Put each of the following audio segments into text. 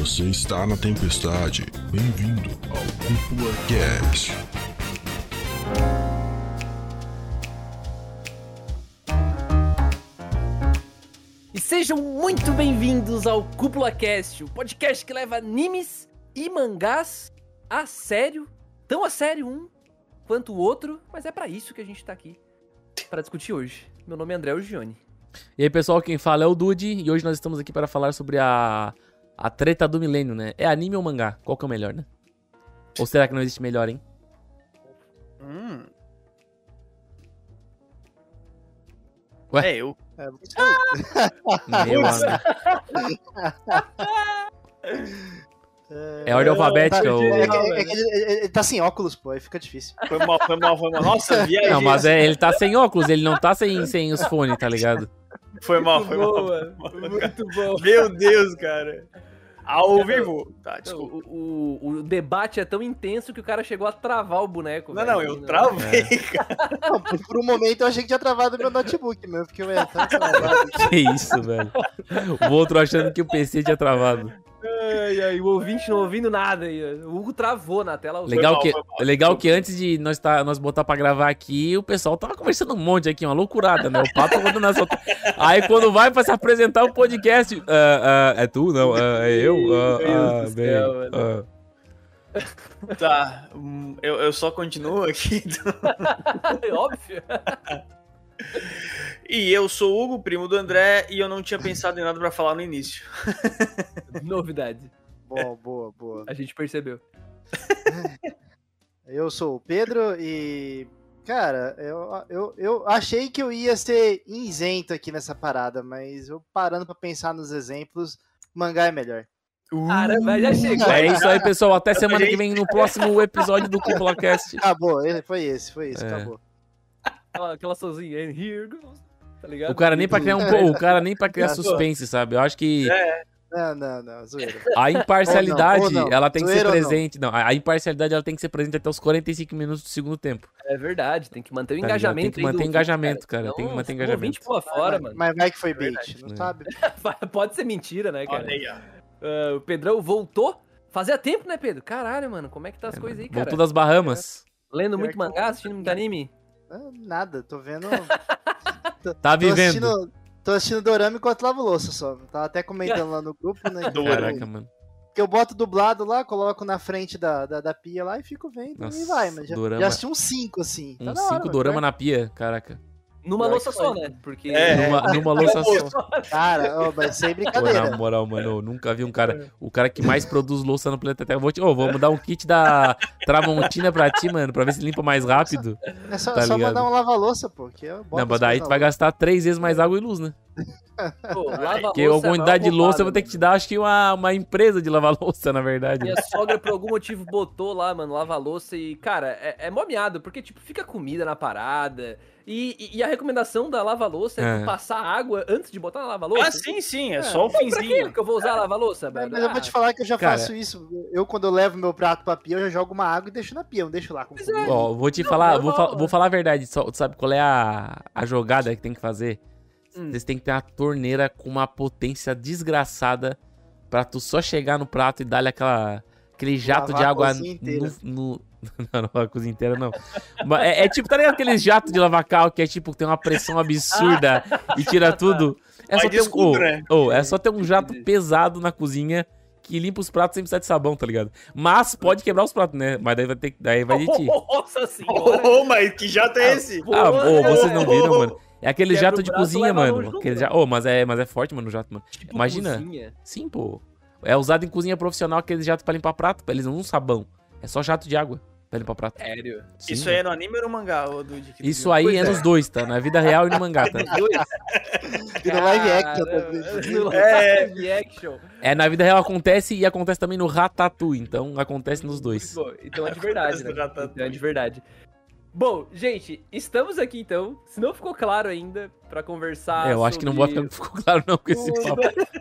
Você está na tempestade. Bem-vindo ao Cúpula Cast. E sejam muito bem-vindos ao Cúpula Cast, o podcast que leva animes e mangás a sério, tão a sério um quanto o outro, mas é pra isso que a gente tá aqui, pra discutir hoje. Meu nome é André Gione. E aí, pessoal, quem fala é o Dude, e hoje nós estamos aqui para falar sobre a treta do milênio, né? É anime ou mangá? Qual que é o melhor, né? Ou será que não existe melhor, hein? Ué? É eu. Meu amigo. É ordem alfabética ou... Ele tá sem óculos, pô, aí fica difícil. Foi mal. Nossa, viajei. Não, mas ele tá sem óculos, ele não tá sem os fones, tá ligado? Foi mal. Muito bom. Meu Deus, cara. Ao vivo. Tá, desculpa. O debate é tão intenso que o cara chegou a travar o boneco. Não, eu travei, cara. Não, por um momento eu achei que tinha travado meu notebook, meu, porque ué, tá travado. Que isso, velho. O outro achando que o PC tinha travado. Ai, o ouvinte não ouvindo nada. O Hugo travou na tela. Legal que antes de nós botar pra gravar aqui, o pessoal tava conversando um monte aqui, uma loucurada, né? O papo rodando na sua... Aí quando vai pra se apresentar o podcast, é tu? Não, é eu? Tá, eu só continuo aqui. É óbvio. E eu sou o Hugo, primo do André, e eu não tinha pensado em nada pra falar no início. Novidade. Boa. A gente percebeu. Eu sou o Pedro e... Cara, eu achei que eu ia ser isento aqui nessa parada, mas eu parando pra pensar nos exemplos, mangá é melhor. Caramba, já chegou. É isso aí, pessoal. Até semana que vem no próximo episódio do Cúpula Cast. Acabou, foi esse, acabou. Aquela sozinha, and here goes, tá ligado? O cara nem pra criar suspense, sabe? Eu acho que Não, zoeira. a imparcialidade, Ou não. ela tem que Zoeira ser ou não. presente. Não, a imparcialidade ela tem que ser presente até os 45 minutos do segundo tempo. É verdade, tem que manter o Tá engajamento. ligado? Tem que manter aí do engajamento, ouvinte, cara. Tem que manter engajamento. O ouvinte pula fora, mano. Mas vai que foi bait, não sabe? Pode ser mentira, né, cara? Olha aí, ó. O Pedrão voltou. Fazia tempo, né, Pedro? Caralho, mano, como é que tá as coisas aí, cara? Voltou das Bahamas. Lendo Pior muito que mangá, assistindo muito anime? Nada, tô vendo... Tá vivendo. Tô assistindo dorama enquanto lavo louça só. Tava até comentando lá no grupo, né? Caraca, mano. Que eu boto dublado lá, coloco na frente da pia lá e fico vendo. Nossa, e vai, mas já assisti uns 5, assim. Tá Uns da hora, 5 mano. dorama na pia, caraca. Numa Pior louça que só, foi. né? Porque... Numa louça só. Cara, mas sem Pô, brincadeira. na moral, mano, eu nunca vi um cara... O cara que mais produz louça no planeta Terra. Vamos dar um kit da Tramontina pra ti, mano, pra ver se limpa mais rápido. É só, tá só ligado? mandar um lava-louça, pô. Que eu boto Não, mas as daí coisas tu vai na gastar 3 vezes mais água e luz, né? Pô, lava Porque a louça é quantidade de uma louça eu vou roubada, ter que te dar, acho que uma empresa de lavar louça, na verdade. Minha sogra, por algum motivo, botou lá, mano, lava louça e, cara, é mó miado, porque, tipo, fica comida na parada. E a recomendação da lava-louça é tu passar água antes de botar na lava-louça. Ah, sim, é só o Pra quê finzinho. que eu vou usar a lava-louça, Mas velho? eu vou te falar que eu já Cara. faço isso. Eu, quando eu levo meu prato pra pia, eu já jogo uma água e deixo na pia. Eu não deixo lá com comida. Ó, vou te Não, falar, normal, vou falar a verdade. Tu sabe qual é a jogada que tem que fazer? Vocês têm que ter uma torneira com uma potência desgraçada pra tu só chegar no prato e dar-lhe aquele jato Lavar de a água cozinha inteira. Não, a cozinha inteira não. Mas é tipo, tá ligado aqueles jatos de lavar carro que é tipo, tem uma pressão absurda e tira tudo? É Vai só, de escudo, né? é só ter um jato pesado na cozinha que limpa os pratos sem precisar de sabão, tá ligado? Mas pode quebrar os pratos, né? Mas daí vai de ti. Nossa senhora! Ô, mas que jato é esse? Vocês não viram, mano? É aquele Quebra jato o de braço, cozinha, leva mano. longe, Aquele não. mas é forte, mano, o jato, mano. Tipo Imagina. cozinha. Sim, pô. É usado em cozinha profissional aquele jato pra limpar prato. Eles não usam sabão. É só jato de água pra limpar prato. Sério? Sim, Isso mano. aí é no anime ou no mangá, ô, Dude? que tu Isso viu? aí Pois é é. nos dois, tá? Na vida real e no mangá, tá? E no live action Caramba, também. no live action. É, na vida real acontece e acontece também no Ratatouille. Então acontece nos dois. Bom, então é de verdade, né? Já tá Então é de verdade. Bom, gente, estamos aqui então. Se não ficou claro ainda, pra conversar Eu acho que não ficou claro não com esse papo.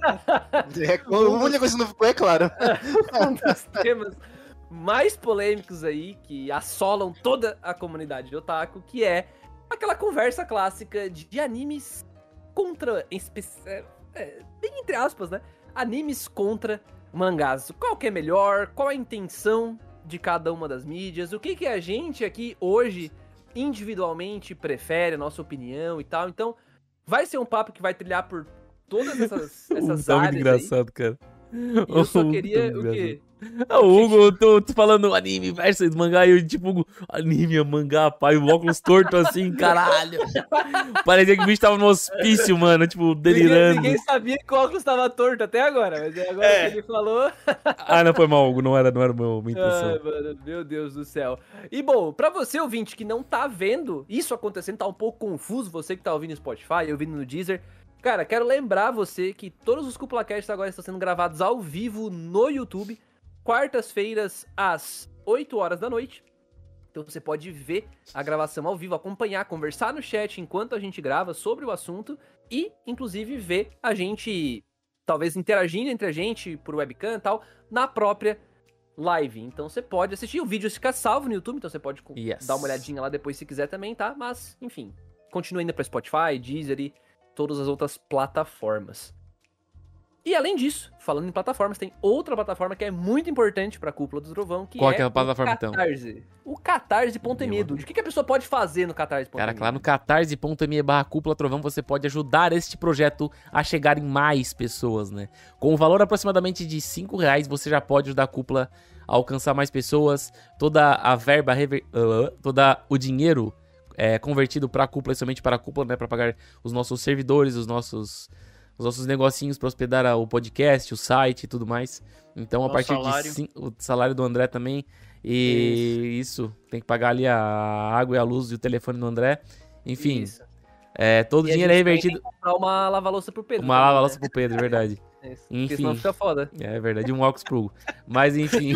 A única coisa que não ficou é claro. um dos temas mais polêmicos aí, que assolam toda a comunidade de otaku, que é aquela conversa clássica de animes contra, bem entre aspas, né? Animes contra mangás. Qual que é melhor? Qual a intenção de cada uma das mídias? O que a gente aqui hoje, individualmente, prefere, a nossa opinião e tal. Então, vai ser um papo que vai trilhar por todas essas Tá áreas muito engraçado, cara. aí. Eu só queria Tá o muito quê? Ah, o Hugo, eu tô falando anime versus mangá, e eu tipo, anime, mangá, pai, o óculos torto assim, caralho. Parecia que o bicho tava no hospício, mano, tipo, delirando. Ninguém sabia que o óculos tava torto até agora, mas agora que ele falou... Ah, não foi mal, Hugo, não era minha intenção. Ai, mano, meu Deus do céu. E bom, pra você, ouvinte, que não tá vendo isso acontecendo, tá um pouco confuso, você que tá ouvindo no Spotify, ouvindo no Deezer, cara, quero lembrar você que todos os CúpulaCasts agora estão sendo gravados ao vivo no YouTube, quartas-feiras, às 8 horas da noite. Então você pode ver a gravação ao vivo, acompanhar, conversar no chat enquanto a gente grava sobre o assunto e, inclusive, ver a gente, talvez, interagindo entre a gente por webcam e tal, na própria live. Então você pode assistir, o vídeo fica salvo no YouTube, então você pode dar uma olhadinha lá depois se quiser também, tá? Mas, enfim, continua indo pra Spotify, Deezer e todas as outras plataformas. E além disso, falando em plataformas, tem outra plataforma que é muito importante pra Cúpula do Trovão, que Qual é que é a plataforma, o então? Catarse. O Catarse.me. O que a pessoa pode fazer no Catarse.me? Cara, lá no catarse.me/Cúpula Trovão você pode ajudar este projeto a chegar em mais pessoas, né? Com o valor aproximadamente de R$5, você já pode ajudar a Cúpula a alcançar mais pessoas. Toda a verba, todo o dinheiro é convertido pra Cúpula, somente para a Cúpula, né? Pra pagar os nossos servidores, os nossos negocinhos pra hospedar o podcast, o site e tudo mais. Então, a Nosso partir salário. de o salário do André também. E isso, tem que pagar ali a água e a luz e o telefone do André. Enfim, Isso. todo o E a dinheiro é gente também revertido. tem que comprar uma lava-louça pro Pedro. Uma também, lava-louça né? pro Pedro, é verdade. Isso. Enfim. Porque senão fica foda. É verdade, um óculos pro Hugo. Mas enfim.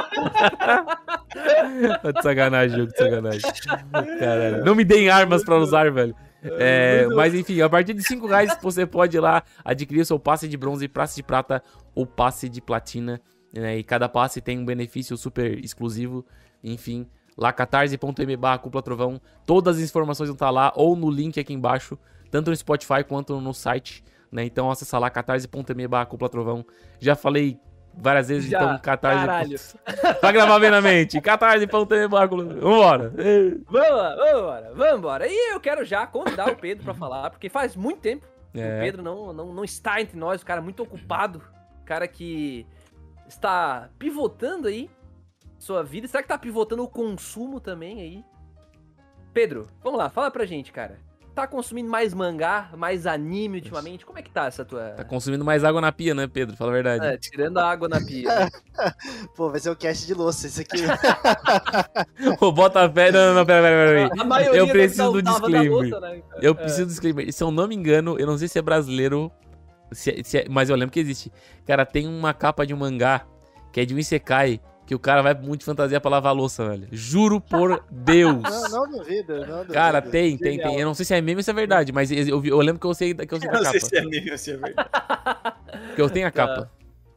Tá de sacanagem, jogo de sacanagem. Caralho. Não me deem armas pra usar, velho. Mas enfim, a partir de R$5 você pode ir lá adquirir o seu passe de bronze, passe de prata ou passe de platina, né? E cada passe tem um benefício super exclusivo. Enfim, lá catarse.me/Cúpula Trovão. Todas as informações vão estar lá ou no link aqui embaixo, tanto no Spotify quanto no site, né? Então acessa lá catarse.me/Cúpula Trovão. Já falei várias vezes, Já, então catarse. caralho. Pra gravar bem na mente. Catarse.me/Cúpula. Vambora. Vambora. E eu quero já convidar o Pedro pra falar, porque faz muito tempo que o É. Pedro não está entre nós, o cara muito ocupado, o cara que está pivotando aí sua vida. Será que tá pivotando o consumo também aí? Pedro, vamos lá, fala pra gente, cara. Tá consumindo mais mangá, mais anime ultimamente? Como é que tá essa tua... Tá consumindo mais água na pia, né, Pedro? Fala a verdade. Tirando a água na pia. Pô, vai ser um cast de louça isso aqui. Ô, bota fé. Não, pera. A maioria Eu preciso do deve estar disclaimer. louça, né, cara? Eu preciso do disclaimer. Se eu não me engano, eu não sei se é brasileiro, mas eu lembro que existe. Cara, tem uma capa de um mangá que é de um isekai, que o cara vai muito de fantasia pra lavar a louça, velho. Juro por Deus. Não duvido, não duvido. Cara, tem. Genial. Eu não sei se é meme ou se é verdade, mas eu lembro que eu sei da Não capa. sei se é meme ou se é verdade. Porque eu tenho a capa.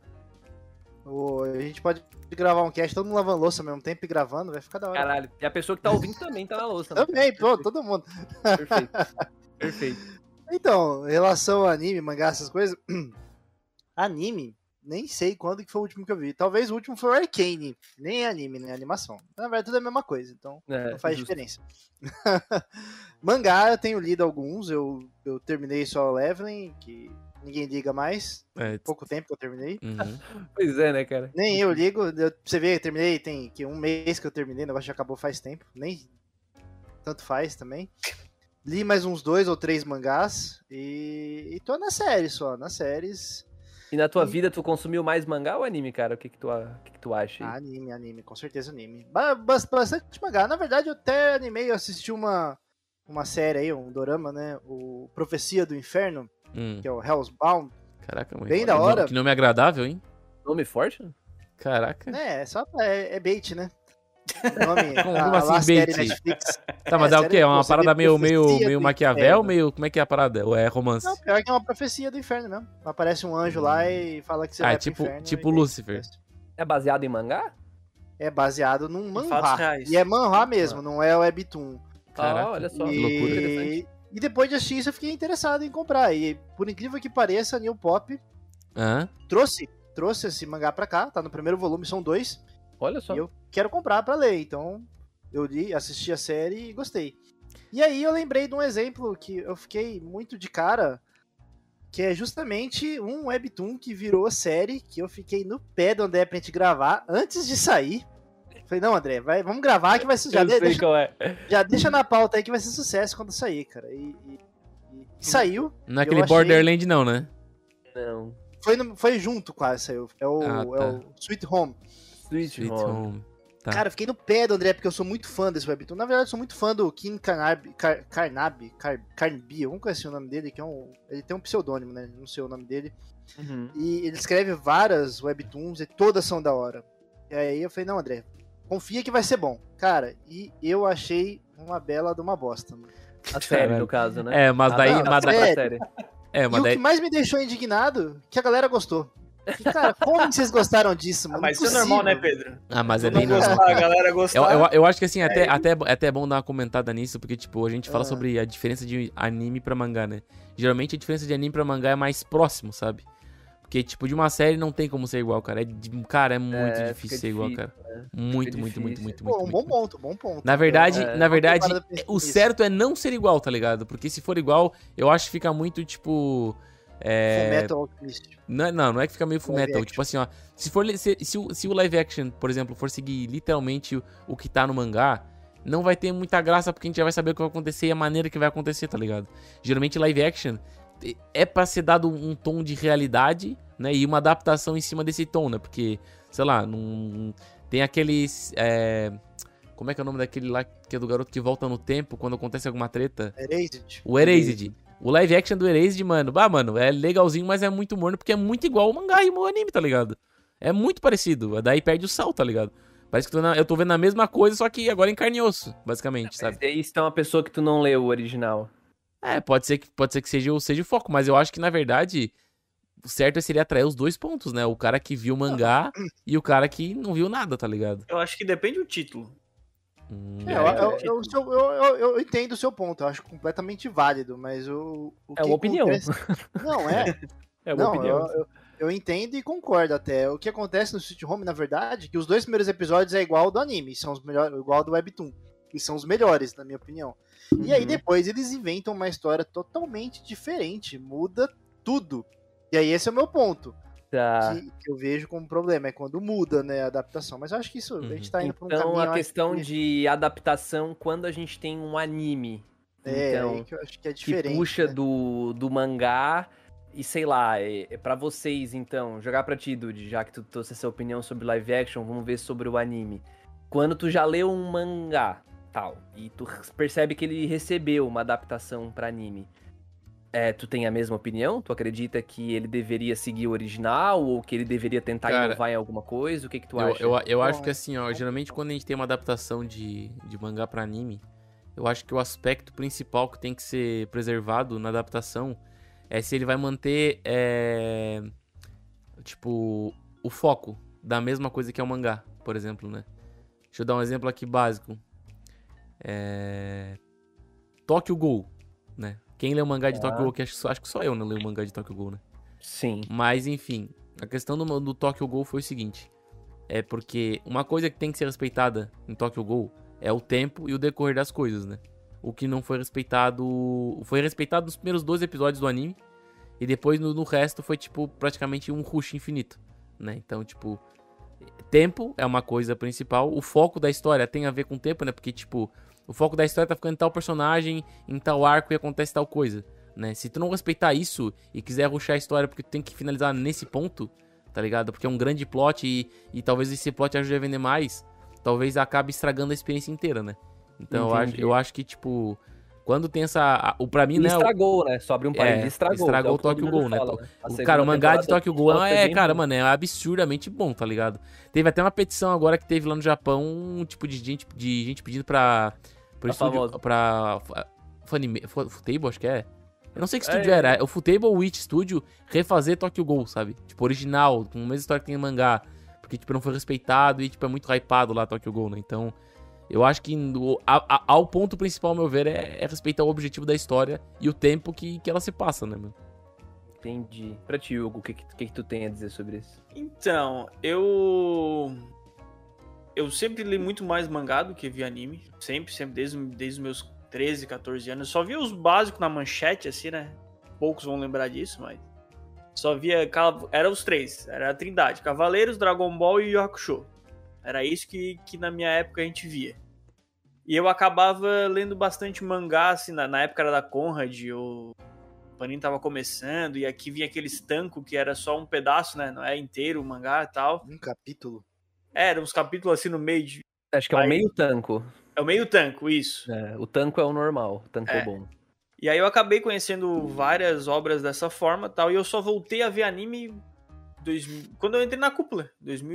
A gente pode gravar um cast, todo mundo lavando louça ao mesmo tempo e gravando, vai ficar da hora. Caralho. E a pessoa que tá ouvindo também tá na louça. né? Também, pô, todo mundo. Perfeito. Então, em relação ao anime, mangá, essas coisas. Anime, nem sei quando que foi o último que eu vi. Talvez o último foi o Arcane. Nem é anime, nem é animação. Na verdade, tudo é a mesma coisa, então não faz justo. diferença. Mangá, eu tenho lido alguns. Eu terminei só o Leveling, que ninguém liga mais. É. Pouco tempo que eu terminei. Uhum. Pois é, né, cara? Nem eu ligo. Você vê, eu terminei, tem que um mês que eu terminei, o negócio já acabou faz tempo. Nem tanto faz também. Li mais uns 2 ou 3 mangás e tô na série só, nas séries. E na tua vida, tu consumiu mais mangá ou anime, cara? O que tu acha aí? Anime, com certeza anime. Bastante mangá. Na verdade, eu até animei, eu assisti uma série aí, um dorama, né? O Profecia do Inferno, que é o Hellsbound. Caraca, mãe. Bem da hora. Que nome agradável, hein? Nome forte? Caraca. É bait, né? O nome, Como a assim, série bait? Netflix. Tá, mas é o série, quê? É uma você parada vê meio Profecia do Maquiavel? Inferno. Meio. Como é que é a parada? Ou é romance? Não, pior que é uma profecia do inferno mesmo. Aparece um anjo lá e fala que você vai tipo- pro inferno. tipo e daí Lúcifer. acontece. É baseado em mangá? É baseado num fatos manhwa. reais. E é manhwa mesmo, não é webtoon. Caraca, olha só. que loucura. Interessante. E depois de assistir isso, eu fiquei interessado em comprar. E por incrível que pareça, a New Pop Hã? trouxe trouxe esse mangá pra cá, tá no primeiro volume, são 2. Olha só. E eu quero comprar pra ler, então eu li, assisti a série e gostei. E aí eu lembrei de um exemplo que eu fiquei muito de cara, que é justamente um webtoon que virou série, que eu fiquei no pé do André pra gente gravar antes de sair. Falei, não, André, vamos gravar que vai ser... Eu sei qual é. Já deixa na pauta aí que vai ser sucesso quando sair, cara. E saiu. Não é aquele eu achei- Borderland, não, né? Não. Foi junto quase, saiu. É o Sweet Home. Sweet Home. Tá. Cara, eu fiquei no pé do André, porque eu sou muito fã desse webtoon. Na verdade, eu sou muito fã do Kim Carnaby, eu nunca conheci o nome dele, que é ele tem um pseudônimo, né? Não sei o nome dele. Uhum. E ele escreve várias webtoons e todas são da hora. E aí eu falei, não, André, confia que vai ser bom. Cara, e eu achei uma bela de uma bosta. Mano. A série, Caralho. no caso, né? É, mas daí... não, mas daí- sério. série. é, mas E o daí... que mais me deixou indignado, que a galera gostou. E, cara, como que vocês gostaram disso, mano? Mas isso é normal, né, Pedro? Ah, mas é Não bem normal. gostar, a galera gostar. Eu acho que assim, até é bom dar uma comentada nisso, porque, tipo, a gente fala sobre a diferença de anime pra mangá, né? Geralmente a diferença de anime pra mangá é mais próximo, sabe? Porque, tipo, de uma série não tem como ser igual, cara. É muito difícil ser igual, cara. Muito. Pô, um bom ponto. Na verdade, parada pra o isso. certo é não ser igual, tá ligado? Porque se for igual, eu acho que fica muito, tipo... Fullmetal Alchemist. Não é que fica meio fullmetal. Live Tipo assim, ó. Se o live action, por exemplo, for seguir literalmente o que tá no mangá, não vai ter muita graça porque a gente já vai saber o que vai acontecer e a maneira que vai acontecer, tá ligado? Geralmente live action é pra ser dado um tom de realidade, né? E uma adaptação em cima desse tom, né? Porque, sei lá, tem aqueles... como é que é o nome daquele lá que é do garoto que volta no tempo quando acontece alguma treta? Erased. O Erased. O live action do Erased, mano, é legalzinho, mas é muito morno porque é muito igual ao mangá e o anime, tá ligado? É muito parecido, daí perde o sal, tá ligado? Parece que eu tô vendo a mesma coisa, só que agora em carne e osso, basicamente, sabe? Isso é uma pessoa que tu não leu o original. Pode ser que seja o foco, mas eu acho que, na verdade, o certo seria atrair os dois pontos, né? O cara que viu o mangá e o cara que não viu nada, tá ligado? Eu acho que depende do título. Eu entendo o seu ponto, eu acho completamente válido, mas o É uma opinião. Não, é. É uma opinião. Eu entendo e concordo até. O que acontece no Sweet Home, na verdade, é que os 2 primeiros episódios é igual ao do anime, são os melhores, igual ao do Webtoon, e são os melhores, na minha opinião. E aí depois eles inventam uma história totalmente diferente, muda tudo. E aí esse é o meu ponto. Tá. Que eu vejo como problema, é quando muda, né, a adaptação. Mas eu acho que isso, a gente tá indo pra um Então, caminho... a questão de adaptação, quando a gente tem um anime, então, que eu acho que é que diferente. puxa né? do mangá, e sei lá, pra vocês, então, jogar pra ti, Dude, já que tu trouxe essa opinião sobre live action, vamos ver sobre o anime. Quando tu já leu um mangá, tal, e tu percebe que ele recebeu uma adaptação pra anime, tu tem a mesma opinião? Tu acredita que ele deveria seguir o original ou que ele deveria tentar inovar em alguma coisa? O que tu acha? Eu acho que assim, ó, geralmente quando a gente tem uma adaptação de mangá pra anime, eu acho que o aspecto principal que tem que ser preservado na adaptação é se ele vai manter, tipo, o foco da mesma coisa que é o mangá, por exemplo, né? Deixa eu dar um exemplo aqui básico. Tokyo Ghoul, né? Quem lê o mangá de Tokyo Ghoul, que acho que só eu não leio o mangá de Tokyo Ghoul, né? Sim. Mas, enfim, a questão do Tokyo Ghoul foi o seguinte. É porque uma coisa que tem que ser respeitada em Tokyo Ghoul é o tempo e o decorrer das coisas, né? O que não foi respeitado... Foi respeitado nos primeiros 2 episódios do anime. E depois no resto foi, tipo, praticamente um rush infinito, né? Então, tipo... Tempo é uma coisa principal. O foco da história tem a ver com o tempo, né? Porque, tipo... O foco da história tá ficando em tal personagem, em tal arco e acontece tal coisa, né? Se tu não respeitar isso e quiser rushar a história porque tu tem que finalizar nesse ponto, tá ligado? Porque é um grande plot e talvez esse plot ajude a vender mais, talvez acabe estragando a experiência inteira, né? Então eu acho que, tipo, quando tem essa... Pra mim, né? Estragou, né? Só abrir um parênteses, estragou o Tokyo Ghoul, né? Cara, o mangá de Tokyo Ghoul mano, é absurdamente bom, tá ligado? Teve até uma petição agora que teve lá no Japão, um tipo de gente pedindo pro estúdio, pra Futable, acho que é. Eu não sei que estúdio era. O Futable Witch Studio refazer Tokyo Ghoul, sabe? Tipo, original, com a mesma história que tem no mangá. Porque, tipo, não foi respeitado e, tipo, é muito hypado lá Tokyo Ghoul, né? Então, eu acho que ao ponto principal, ao meu ver, é respeitar o objetivo da história e o tempo que ela se passa, né, mano? Entendi. Pra ti, Hugo, o que tu tem a dizer sobre isso? Então, eu sempre li muito mais mangá do que vi anime. Sempre, desde os meus 13, 14 anos. Eu só via os básicos na manchete, assim, né? Poucos vão lembrar disso, mas... Só via... Era os três. Era a trindade. Cavaleiros, Dragon Ball e Yu Hakusho. Era isso que na minha época a gente via. E eu acabava lendo bastante mangá, assim, na época era da Conrad, o Panini tava começando, e aqui vinha aquele estanco que era só um pedaço, né? Não é inteiro o mangá e tal. Um capítulo. Eram uns capítulos assim no meio de... Acho que é o meio tanco. É o meio tanco, isso. O tanco é o normal, o tanco é o bom. E aí eu acabei conhecendo várias obras dessa forma e tal, e eu só voltei a ver anime quando eu entrei na cúpula,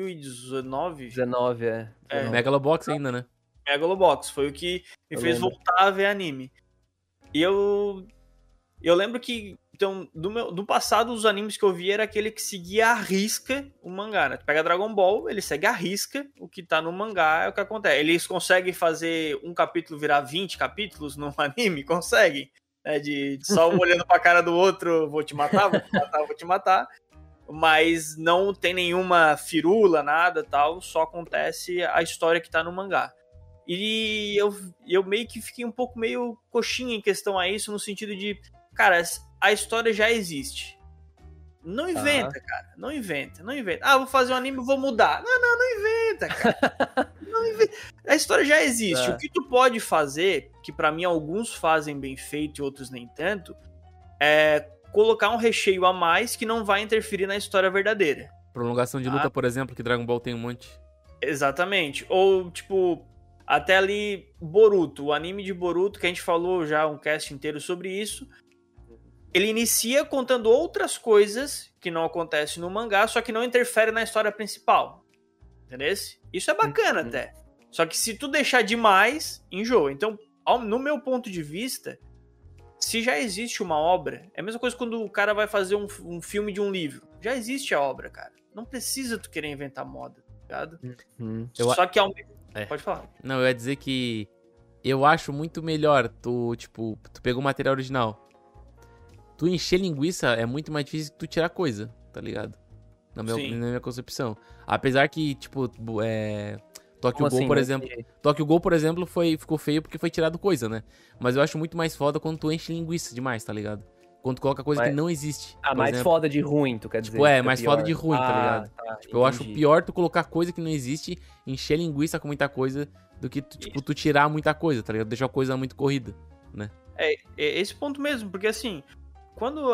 2019. 19, Megalobox ainda, né? Megalobox, foi o que me fez voltar a ver anime. E eu lembro que, então, do passado, os animes que eu vi era aquele que seguia à risca o mangá, né? Tu pega Dragon Ball, ele segue à risca o que tá no mangá, é o que acontece. Eles conseguem fazer um capítulo virar 20 capítulos no anime? Conseguem. Né? De só um olhando pra cara do outro, vou te matar, vou te matar. Mas não tem nenhuma firula, nada, tal. Só acontece a história que tá no mangá. E eu meio que fiquei um pouco meio coxinha em questão a isso, no sentido de, cara, a história já existe. Não inventa, cara. Não inventa. Ah, vou fazer um anime, vou mudar. Não inventa, cara. Não inventa. A história já existe. O que tu pode fazer, que pra mim alguns fazem bem feito e outros nem tanto, é colocar um recheio a mais que não vai interferir na história verdadeira. Prolongação de luta, por exemplo, que Dragon Ball tem um monte. Exatamente. Ou, tipo, até ali, Boruto. O anime de Boruto, que a gente falou já um cast inteiro sobre isso, ele inicia contando outras coisas que não acontecem no mangá, só que não interfere na história principal. Entendeu? Isso é bacana até. Só que se tu deixar demais, enjoa. Então, no meu ponto de vista, se já existe uma obra, é a mesma coisa quando o cara vai fazer um filme de um livro. Já existe a obra, cara. Não precisa tu querer inventar moda, tá ligado? Só que ao mesmo... Pode falar. Não, eu ia dizer que eu acho muito melhor tu pegou o material original. Tu encher linguiça é muito mais difícil que tu tirar coisa, tá ligado? Na minha concepção. Apesar que, tipo, Tokyo Ghoul, por exemplo... Tokyo Ghoul, por exemplo, ficou feio porque foi tirado coisa, né? Mas eu acho muito mais foda quando tu enche linguiça demais, tá ligado? Quando tu coloca coisa que não existe. Mais foda de ruim, tu quer dizer? Tipo, mais foda de ruim, tá ligado? Tipo, eu acho pior tu colocar coisa que não existe, encher linguiça com muita coisa, do que tu tirar muita coisa, tá ligado? Deixar a coisa muito corrida, né? É esse ponto mesmo, porque assim... Quando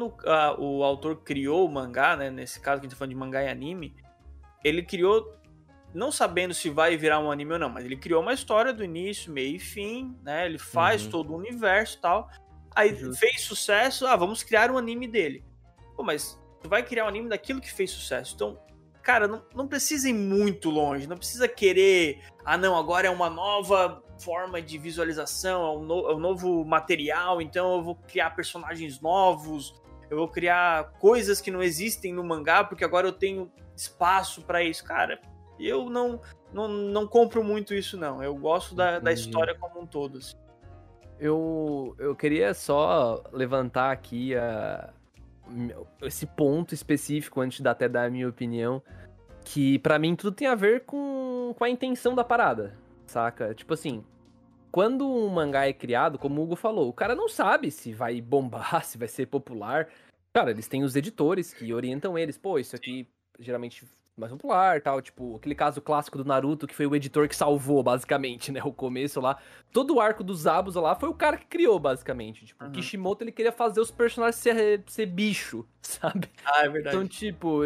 o autor criou o mangá, né, nesse caso que a gente tá falando de mangá e anime, ele criou, não sabendo se vai virar um anime ou não, mas ele criou uma história do início, meio e fim, né, ele faz todo o universo e tal, aí fez sucesso, vamos criar um anime dele. Pô, mas tu vai criar um anime daquilo que fez sucesso, então, cara, não precisa ir muito longe, não precisa querer, não, agora é uma nova forma de visualização, é um novo material, então eu vou criar personagens novos, eu vou criar coisas que não existem no mangá, porque agora eu tenho espaço pra isso. Cara, eu não compro muito isso, não. Eu gosto da história como um todo. Assim. Eu queria só levantar aqui esse ponto específico, antes de até dar a minha opinião, que pra mim tudo tem a ver com a intenção da parada, saca? Tipo assim, quando um mangá é criado, como o Hugo falou, o cara não sabe se vai bombar, se vai ser popular. Cara, eles têm os editores que orientam eles. Pô, isso aqui geralmente mais popular, tal. Tipo, aquele caso clássico do Naruto, que foi o editor que salvou, basicamente, né? O começo lá. Todo o arco dos Zabuza lá foi o cara que criou, basicamente. Tipo, o Kishimoto, ele queria fazer os personagens ser bicho, sabe? É verdade. Então, tipo,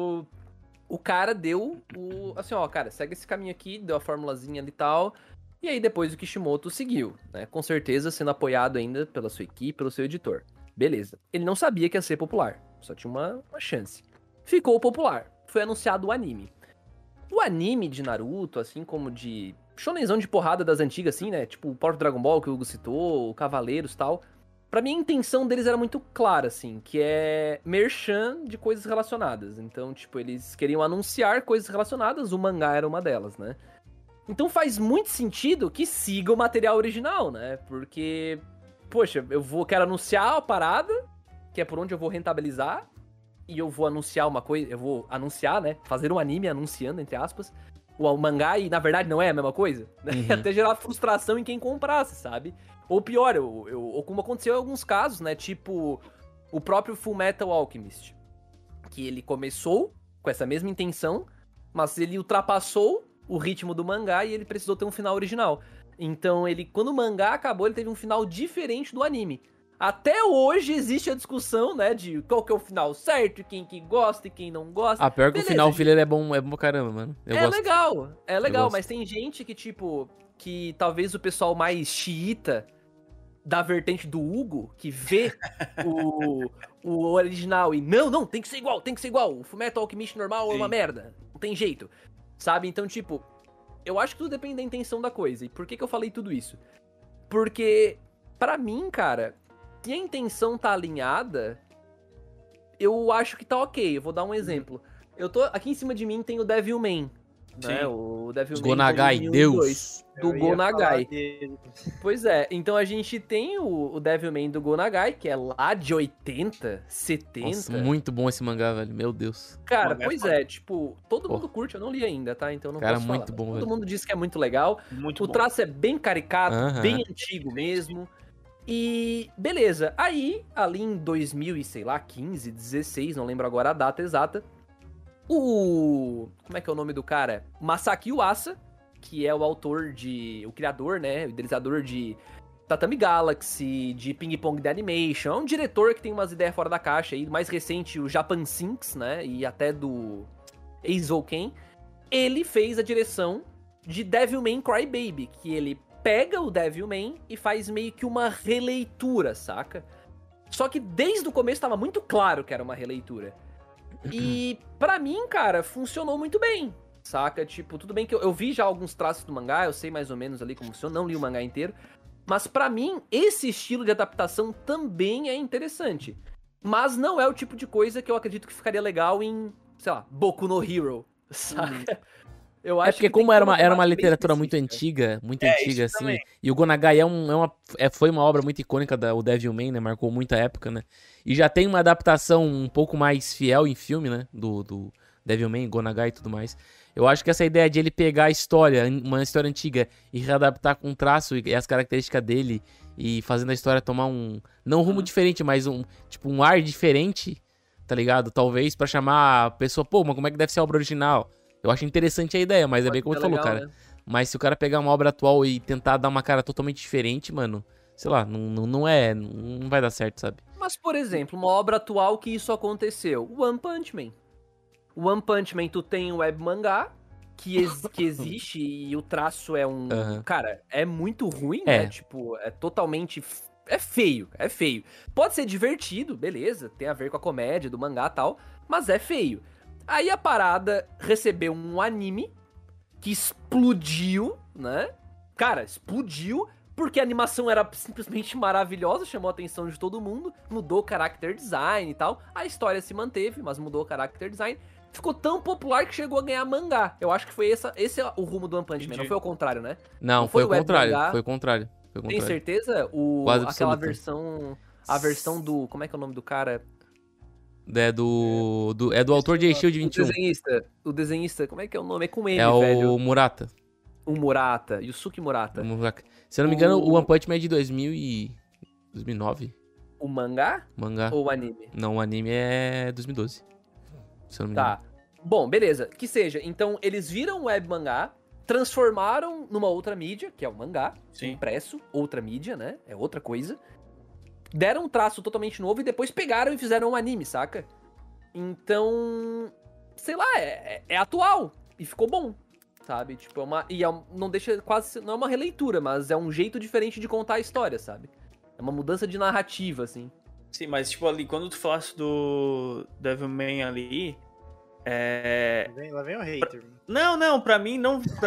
o cara deu assim, ó, cara, segue esse caminho aqui, deu a formulazinha ali e tal... E aí depois o Kishimoto seguiu, né? Com certeza sendo apoiado ainda pela sua equipe, pelo seu editor. Beleza. Ele não sabia que ia ser popular. Só tinha uma chance. Ficou popular. Foi anunciado o anime. O anime de Naruto, assim como de shonenzão de porrada das antigas, assim, né? Tipo o próprio Dragon Ball que o Hugo citou, o Cavaleiros e tal. Pra mim a intenção deles era muito clara, assim, que é merchan de coisas relacionadas. Então, tipo, eles queriam anunciar coisas relacionadas, o mangá era uma delas, né? Então faz muito sentido que siga o material original, né? Porque, poxa, quero anunciar a parada que é por onde eu vou rentabilizar, e eu vou anunciar uma coisa, eu vou anunciar, né, fazer um anime anunciando, entre aspas, o mangá, e na verdade não é a mesma coisa, né? Até gerar frustração em quem comprasse, sabe? Ou pior, ou como aconteceu em alguns casos, né, tipo o próprio Fullmetal Alchemist, que ele começou com essa mesma intenção, mas ele ultrapassou o ritmo do mangá e ele precisou ter um final original. Então, quando o mangá acabou, ele teve um final diferente do anime. Até hoje existe a discussão, né, de qual que é o final certo, quem que gosta e quem não gosta. Pior que Beleza, o final filler é bom pra caramba, mano. Eu gosto. É legal, gosto. mas tem gente que, tipo, que talvez o pessoal mais xiita da vertente do Hugo, que vê o original e não, tem que ser igual, o Fullmetal Alchemist normal é uma merda, não tem jeito, sabe? Então, tipo, eu acho que tudo depende da intenção da coisa. E por que eu falei tudo isso? Porque, pra mim, cara, se a intenção tá alinhada, eu acho que tá ok. Eu vou dar um exemplo. Aqui em cima de mim tem o Devilman, né? O Devilman Go Nagai, Deus. Do Go Nagai. Pois é, então a gente tem o Devilman do Go Nagai, que é lá de 80, 70. Nossa, muito bom esse mangá, velho. Meu Deus. Cara, pois é, tipo, todo mundo curte, eu não li ainda, tá? Então não cara, posso muito falar. bom, Todo velho. mundo diz que é muito legal. O traço é bem caricato, bem antigo mesmo. E beleza, aí, ali em 2015, 16, não lembro agora a data exata, como é que é o nome do cara? Masaki Uasa, que é o criador, né, o idealizador de Tatami Galaxy, de Ping Pong The Animation, é um diretor que tem umas ideias fora da caixa aí, mais recente o Japan Sinks, né, e até do Eizouken. Ele fez a direção de Devilman Crybaby, que ele pega o Devilman e faz meio que uma releitura, saca? Só que desde o começo tava muito claro que era uma releitura. E pra mim, cara, funcionou muito bem, saca? Tipo, tudo bem que eu vi já alguns traços do mangá, eu sei mais ou menos ali como funciona, não li o mangá inteiro. Mas pra mim, esse estilo de adaptação também é interessante. Mas não é o tipo de coisa que eu acredito que ficaria legal em, sei lá, Boku no Hero, saca? Eu acho porque que como tem que era uma bem literatura muito específica. antiga, assim, também. e o Go Nagai foi uma obra muito icônica o Devilman, né, marcou muita época, né, e já tem uma adaptação um pouco mais fiel em filme, né, do Devilman, Go Nagai e tudo mais. Eu acho que essa ideia de ele pegar a história, uma história antiga, e readaptar com o traço e as características dele, e fazendo a história tomar não um rumo diferente, mas um ar diferente, tá ligado? Talvez pra chamar a pessoa, pô, mas como é que deve ser a obra original? Eu acho interessante a ideia, mas é bem como tu falou, cara. Né? Mas se o cara pegar uma obra atual e tentar dar uma cara totalmente diferente, mano, sei lá, não vai dar certo, sabe? Mas, por exemplo, uma obra atual que isso aconteceu, One Punch Man. O One Punch Man, tu tem um web mangá que existe e o traço é cara, é muito ruim, né? Tipo, é totalmente... É feio. Pode ser divertido, beleza, tem a ver com a comédia do mangá e tal, mas é feio. Aí a parada recebeu um anime que explodiu, né? Cara, explodiu porque a animação era simplesmente maravilhosa, chamou a atenção de todo mundo, mudou o character design e tal. A história se manteve, mas mudou o character design. Ficou tão popular que chegou a ganhar mangá. Eu acho que foi esse é o rumo do One Punch Man, não foi o contrário, né? Não, foi o contrário, foi o contrário. Tem certeza? Quase aquela absoluta. versão... A versão do... Como é que é o nome do cara? É do autor de Shield 21. O desenhista, como é que é o nome? É com M, velho. O Murata. O Murata, Yusuke Murata. Se eu não me engano, o One Punch Man é de 2009. O mangá? Ou o anime? Não, o anime é 2012. Se eu não me engano. Tá. Bom, beleza. Que seja. Então, eles viram o web mangá, transformaram numa outra mídia, que é o mangá, impresso, outra mídia, né? É outra coisa. Deram um traço totalmente novo e depois pegaram e fizeram um anime, saca? Então, sei lá, é atual e ficou bom, sabe? Tipo, não deixa quase, não é uma releitura, mas é um jeito diferente de contar a história, sabe? É uma mudança de narrativa, assim. Sim, mas tipo ali, quando tu falasse do Devilman ali, Lá vem o hater. Não, pra mim,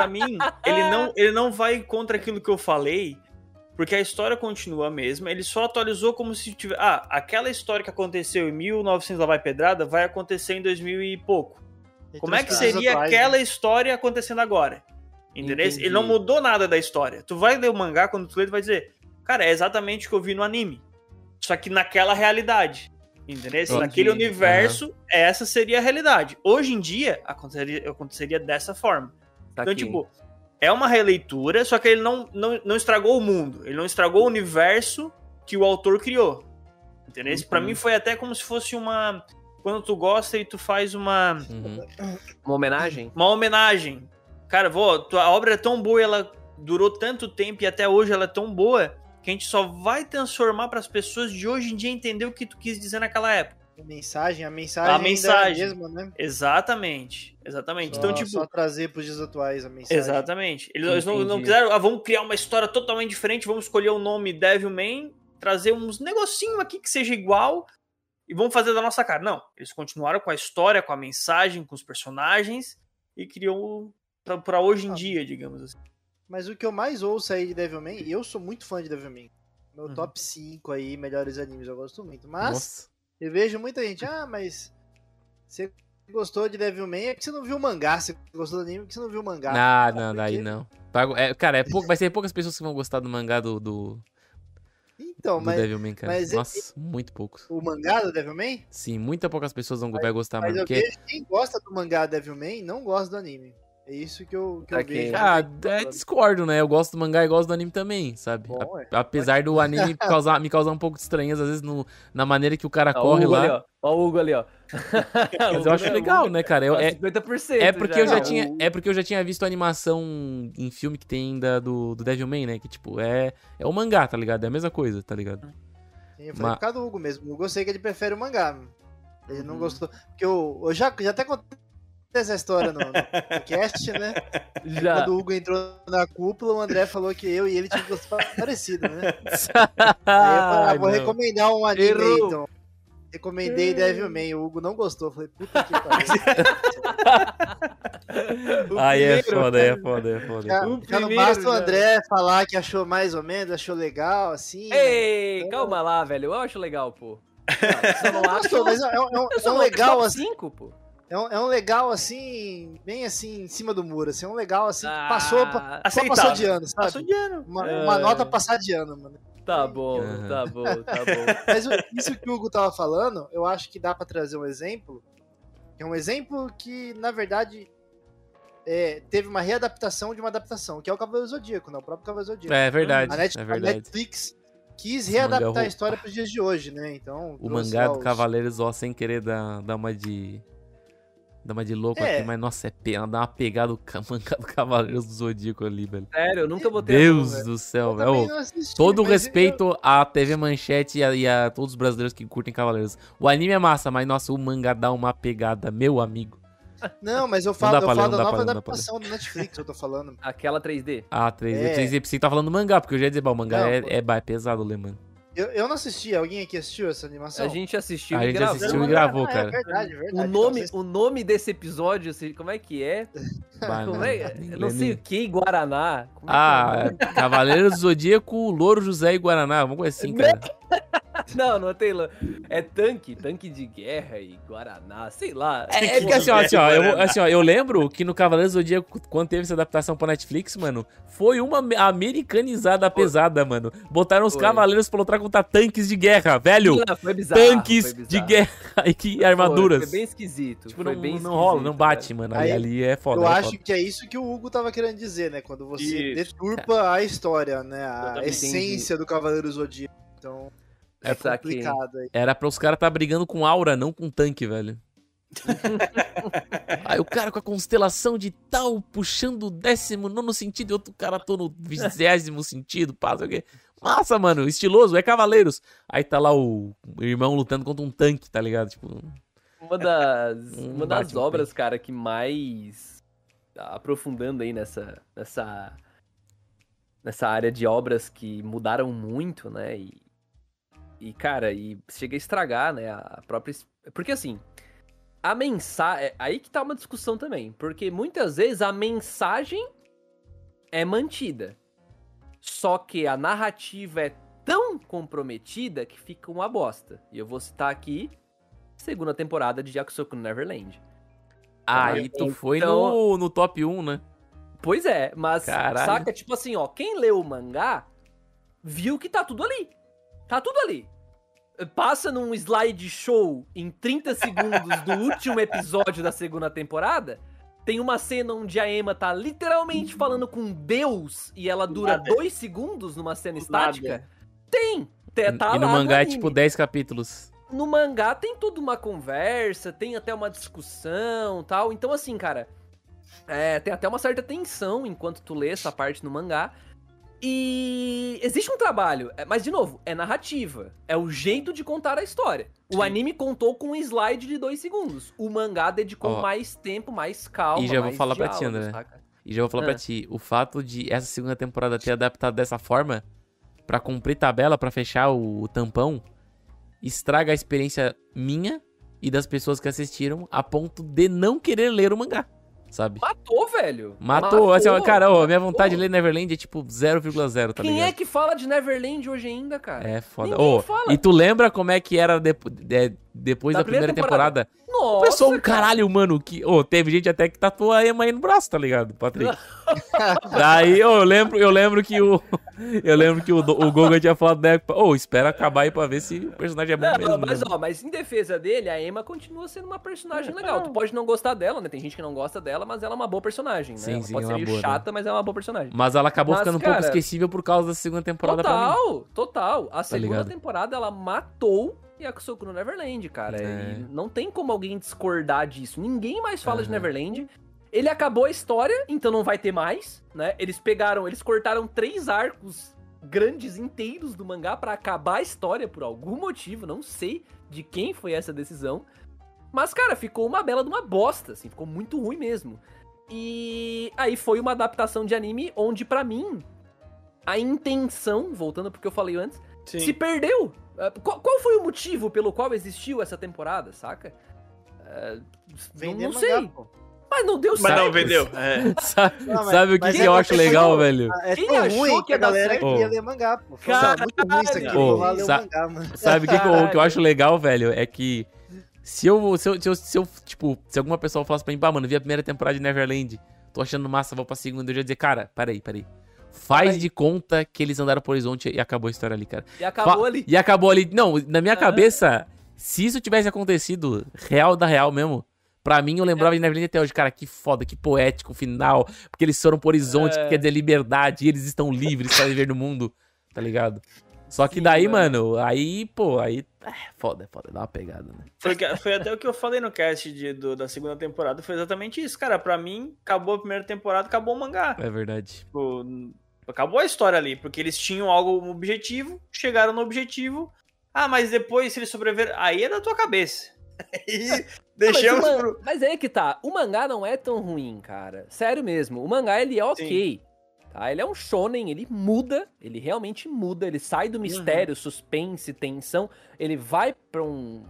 ele não vai contra aquilo que eu falei, porque a história continua a mesma, ele só atualizou como se tivesse... aquela história que aconteceu em 1900 lá vai pedrada, vai acontecer em 2000 e pouco. Como é que seria aquela história acontecendo agora? Entendeu? Entendi. Ele não mudou nada da história. Tu vai ler o mangá, quando tu lê, tu vai dizer, cara, é exatamente o que eu vi no anime. Só que naquela realidade. Entendeu? Se Entendi. naquele universo, essa seria a realidade. Hoje em dia, aconteceria dessa forma. Tá Então, aqui. tipo, é uma releitura, só que ele não estragou o mundo. Ele não estragou o universo que o autor criou. Entendeu? Isso pra mim foi até como se fosse uma... Quando tu gosta e tu faz uma Uma homenagem? homenagem. Cara, tua obra é tão boa, ela durou tanto tempo e até hoje ela é tão boa que a gente só vai transformar para as pessoas de hoje em dia entender o que tu quis dizer naquela época. A mensagem A ainda é a mensagem. mesma, né? Exatamente. Então, tipo... Só trazer pros dias atuais a mensagem. Exatamente. Eles não Entendi. quiseram, vamos criar uma história totalmente diferente, vamos escolher o nome Devilman, trazer uns negocinho aqui que seja igual e vamos fazer da nossa cara. Não, eles continuaram com a história, com a mensagem, com os personagens e criou pra hoje em dia, digamos assim. Mas o que eu mais ouço aí de Devilman, e eu sou muito fã de Devilman. Meu top 5 aí, melhores animes, eu gosto muito. Mas Nossa. eu vejo muita gente, mas você gostou de Devilman é porque você não viu o mangá. Você gostou do anime porque você não viu o mangá. Não, daí não. Cara, vai ser poucas pessoas que vão gostar do mangá do Então, mas Devilman, cara. mas Nossa, muito poucos. o mangá do Devilman, Sim, poucas pessoas vai gostar, mas mano. eu Porque, vejo quem gosta do mangá Devilman não gosta do anime. É isso que eu Ok. vejo. discordo, né? Eu gosto do mangá e gosto do anime também, sabe? Bom, Apesar do anime me causar um pouco de estranheza, às vezes, na maneira que o cara Ó, corre o Hugo lá. ali, ó. Ó o Hugo ali, ó. Mas eu acho legal, né, cara? Quase 50% É porque eu já né? tinha, é porque eu já tinha visto a animação em filme que tem ainda do Devilman, né? Que, tipo, é o mangá, tá ligado? É a mesma coisa, tá ligado? Sim, eu falei por causa do Hugo mesmo. O Hugo eu sei que ele prefere o mangá. Ele não gostou. Porque eu já até contei essa história no cast, né? Já. Quando o Hugo entrou na cúpula, o André falou que eu e ele tínhamos gosto parecido, né? Aí eu vou não. recomendar um anime aí, Errou. então. Recomendei Devilman, o Hugo não gostou. Falei, puta que pariu. Aí é primeiro, foda, aí é foda, é foda. Já, O já não primeiro, basta o já. André falar que achou mais ou menos, achou legal, assim. Ei, calma lá, velho. Eu acho legal, pô. Você não acha? Gostou, mas é um legal assim. 5, pô. É um legal assim, bem assim, em cima do muro, assim, é um legal assim, que Ah, passou, só aceitável. passou de ano, sabe? Passou de ano. Uma nota passar de ano, mano. Tá bom, Aham. tá bom, tá bom. Mas isso que o Hugo tava falando, eu acho que dá pra trazer um exemplo, que é um exemplo que, na verdade, teve uma readaptação de uma adaptação, que é o Cavaleiro Zodíaco, né? O próprio Cavaleiro Zodíaco. É verdade, A é verdade. Netflix quis Esse readaptar mangá a história pros dias de hoje, né? Então, O trouxe mangá lá do os- Cavaleiros, ó, sem querer dar uma de louco É. aqui, mas nossa, é pena, dá uma pegada do mangá do Cavaleiros do Zodíaco ali, velho. Sério, eu nunca botei a mão, Deus velho. do céu, Eu também velho. não assisti, Todo o mas respeito à TV Manchete e a todos os brasileiros que curtem Cavaleiros. O anime é massa, mas nossa, o mangá dá uma pegada, meu amigo. Não, mas eu dá falo pra ler, da não dá nova pra ler, não dá pra ler. adaptação do Netflix, eu tô falando. Aquela 3D. Ah, 3D. É. 3D, você tá falando do mangá, porque eu já ia dizer, bom, o mangá Não, é pesado ler, mano. Eu não assisti, alguém aqui assistiu essa animação? A gente assistiu A e gente gravou. assistiu e gravou, Ah, cara. É verdade, é verdade. O nome desse episódio, como é que é? Bah, Como não, é? nem Eu não lê, sei nem- o que, Guaraná. Como é que Cavaleiros do Zodíaco, Louro José e Guaraná, alguma coisa assim, cara. Não é Taylor. É tanque de guerra e Guaraná, sei lá. É porque assim, ó, eu lembro que no Cavaleiros do Zodíaco, quando teve essa adaptação pra Netflix, mano, foi uma americanizada pesada, mano. Botaram os Foi. cavaleiros pra lutar contra tanques de guerra, velho. Não, foi bizarro, Tanques foi de bizarro. guerra e armaduras. Foi bem esquisito. Tipo, foi não, bem não rola, esquisito, não bate, velho. mano. Aí, Ali é foda. Eu é acho foda. que é isso que o Hugo tava querendo dizer, né? Quando você Isso. deturpa a história, né? A Totalmente essência do Cavaleiro Zodíaco. Então, é Saquei. complicado aí. Era pra os caras tá brigando com aura, não com tanque, velho. Aí o cara com a constelação de tal, puxando o 19º sentido, e outro cara tô no 20º sentido, pá, sei o quê. Massa, mano, estiloso, é Cavaleiros. Aí tá lá o irmão lutando contra um tanque, tá ligado? Tipo, Uma das bate um obras, cara, que mais aprofundando aí nessa área de obras que mudaram muito, né? E cara, e chega a estragar, né? A própria. Porque assim, a mensagem. Aí que tá uma discussão também. Porque muitas vezes a mensagem é mantida. Só que a narrativa é tão comprometida que fica uma bosta. E eu vou citar aqui segunda temporada de Yakusoku no Neverland. aí tu foi Então- no top 1, né? Pois é, mas Caralho. saca, tipo assim, ó, quem leu o mangá viu que tá tudo ali. Tá tudo ali. passa num slideshow em 30 segundos do último episódio da segunda temporada, tem uma cena onde a Emma tá literalmente falando com Deus e ela dura 2 segundos numa cena estática. Tem! Tá E no lá mangá é anime. tipo 10 capítulos. No mangá tem toda uma conversa, tem até uma discussão tal. Então, assim, cara, tem até uma certa tensão enquanto tu lê essa parte no mangá. E existe um trabalho, mas de novo, é narrativa. É o jeito de contar a história. O anime contou com um slide de 2 segundos. O mangá dedicou mais tempo, mais calma. E já vou mais falar pra ti, diálogo, André. saca? E já vou falar pra ti, o fato de essa segunda temporada ter adaptado dessa forma, pra cumprir tabela, pra fechar o tampão, estraga a experiência minha e das pessoas que assistiram a ponto de não querer ler o mangá, sabe? Matou, velho. Matou. Assim, ó, cara, ó, minha vontade de ler Neverland é tipo 0,0, tá Quem ligado? é que fala de Neverland hoje ainda, cara? É foda. Ninguém Ô, fala. e tu lembra como é que era depois da primeira temporada? Nossa, O pessoal, cara. caralho, mano, que... teve gente até que tatuou a Emma aí no braço, tá ligado, Patrick? Daí, eu lembro que o Goga tinha falado da época, espera acabar aí pra ver se o personagem é bom mesmo. Mas em defesa dele, a Emma continua sendo uma personagem legal. Tu pode não gostar dela, né? Tem gente que não gosta dela, mas ela é uma boa personagem, né? Sim, Ela sim, pode é ser uma meio boa, chata, mas é uma boa personagem. Mas ela acabou Mas, ficando um pouco cara, esquecível por causa da segunda temporada pra mim. Total. A segunda ligado? temporada, ela matou Yakusoku no Neverland, cara. E não tem como alguém discordar disso. Ninguém mais fala de Neverland. Ele acabou a história, então não vai ter mais, né? Eles cortaram 3 arcos grandes inteiros do mangá pra acabar a história por algum motivo, não sei de quem foi essa decisão. Mas, cara, ficou uma bela de uma bosta, assim, ficou muito ruim mesmo. E aí foi uma adaptação de anime onde, pra mim, a intenção, voltando pro que eu falei antes, se perdeu. Qual foi o motivo pelo qual existiu essa temporada, saca? Não sei. Mangá, pô. Mas não deu Mas certo. não vendeu. Sabe o que eu acho legal, velho? É Quem tão achou ruim que que a ia dar galera certo? queria ler mangá, pô. Caralho. Muito ruim isso aqui, Ô, vou lá ler o mangá, mano. Sabe o que eu acho legal, velho? É que se alguma pessoa falasse pra mim, mano, vi a primeira temporada de Neverland, tô achando massa, vou pra segunda, eu já ia dizer, cara, peraí. Faz de conta que eles andaram pro horizonte e acabou a história ali, cara. E acabou ali. E acabou ali. Não, na minha cabeça, se isso tivesse acontecido, real da real mesmo, pra mim eu lembrava de Neverland até hoje. Cara, que foda, que poético o final. Porque eles foram pro horizonte, que quer dizer liberdade, e eles estão livres pra viver no mundo, tá ligado? Só que Sim, daí, mano. mano, foda, dá uma pegada, né? Foi até o que eu falei no cast da segunda temporada, foi exatamente isso, cara. Pra mim, acabou a primeira temporada, acabou o mangá. É verdade. Tipo, acabou a história ali, porque eles tinham um objetivo, chegaram no objetivo. Mas depois, se eles sobreviveram, aí é da tua cabeça. Aí deixamos pro... Mas aí que tá, o mangá não é tão ruim, cara. Sério mesmo, o mangá ele é ok. Tá? Ele é um shonen, ele muda, ele realmente muda, ele sai do mistério, suspense, tensão, ele vai pra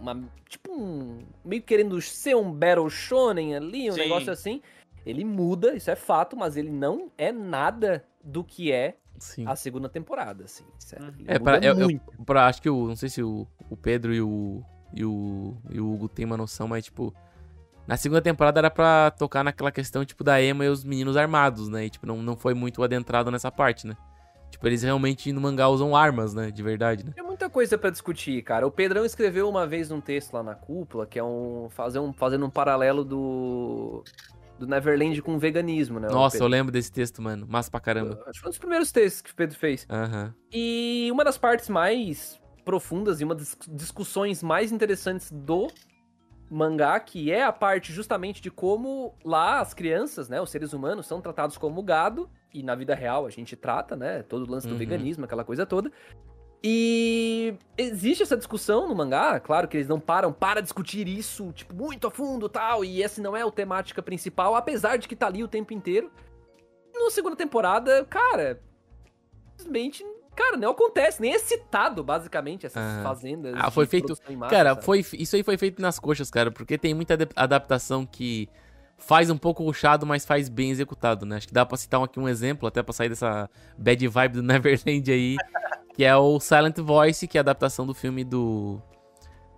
meio querendo ser um battle shonen ali, um negócio assim. Ele muda, isso é fato, mas ele não é nada do que é a segunda temporada, assim. Certo? Acho que não sei se o Pedro e o Hugo tem uma noção, mas tipo, na segunda temporada era pra tocar naquela questão, tipo, da Emma e os meninos armados, né? E, tipo, não foi muito adentrado nessa parte, né? Tipo, eles realmente no mangá usam armas, né? De verdade, né? Tem muita coisa pra discutir, cara. O Pedrão escreveu uma vez um texto lá na Cúpula, que é fazendo um paralelo do Neverland com o veganismo, né? Nossa, eu lembro desse texto, mano. Massa pra caramba. Acho que foi um dos primeiros textos que o Pedro fez. E uma das partes mais profundas e uma das discussões mais interessantes do mangá, que é a parte justamente de como lá as crianças, né, os seres humanos são tratados como gado, e na vida real a gente trata, né, todo o lance do veganismo, aquela coisa toda. E existe essa discussão no mangá, claro que eles não param para discutir isso, tipo, muito a fundo, tal, e essa não é a temática principal, apesar de que tá ali o tempo inteiro. Na segunda temporada, cara, simplesmente, não acontece, nem é citado, basicamente, essas fazendas. Foi feito, massa, cara, isso aí foi feito nas coxas, cara, porque tem muita adaptação que faz um pouco rushado, mas faz bem executado, né? Acho que dá pra citar aqui um exemplo, até pra sair dessa bad vibe do Neverland aí, que é o Silent Voice, que é a adaptação do filme do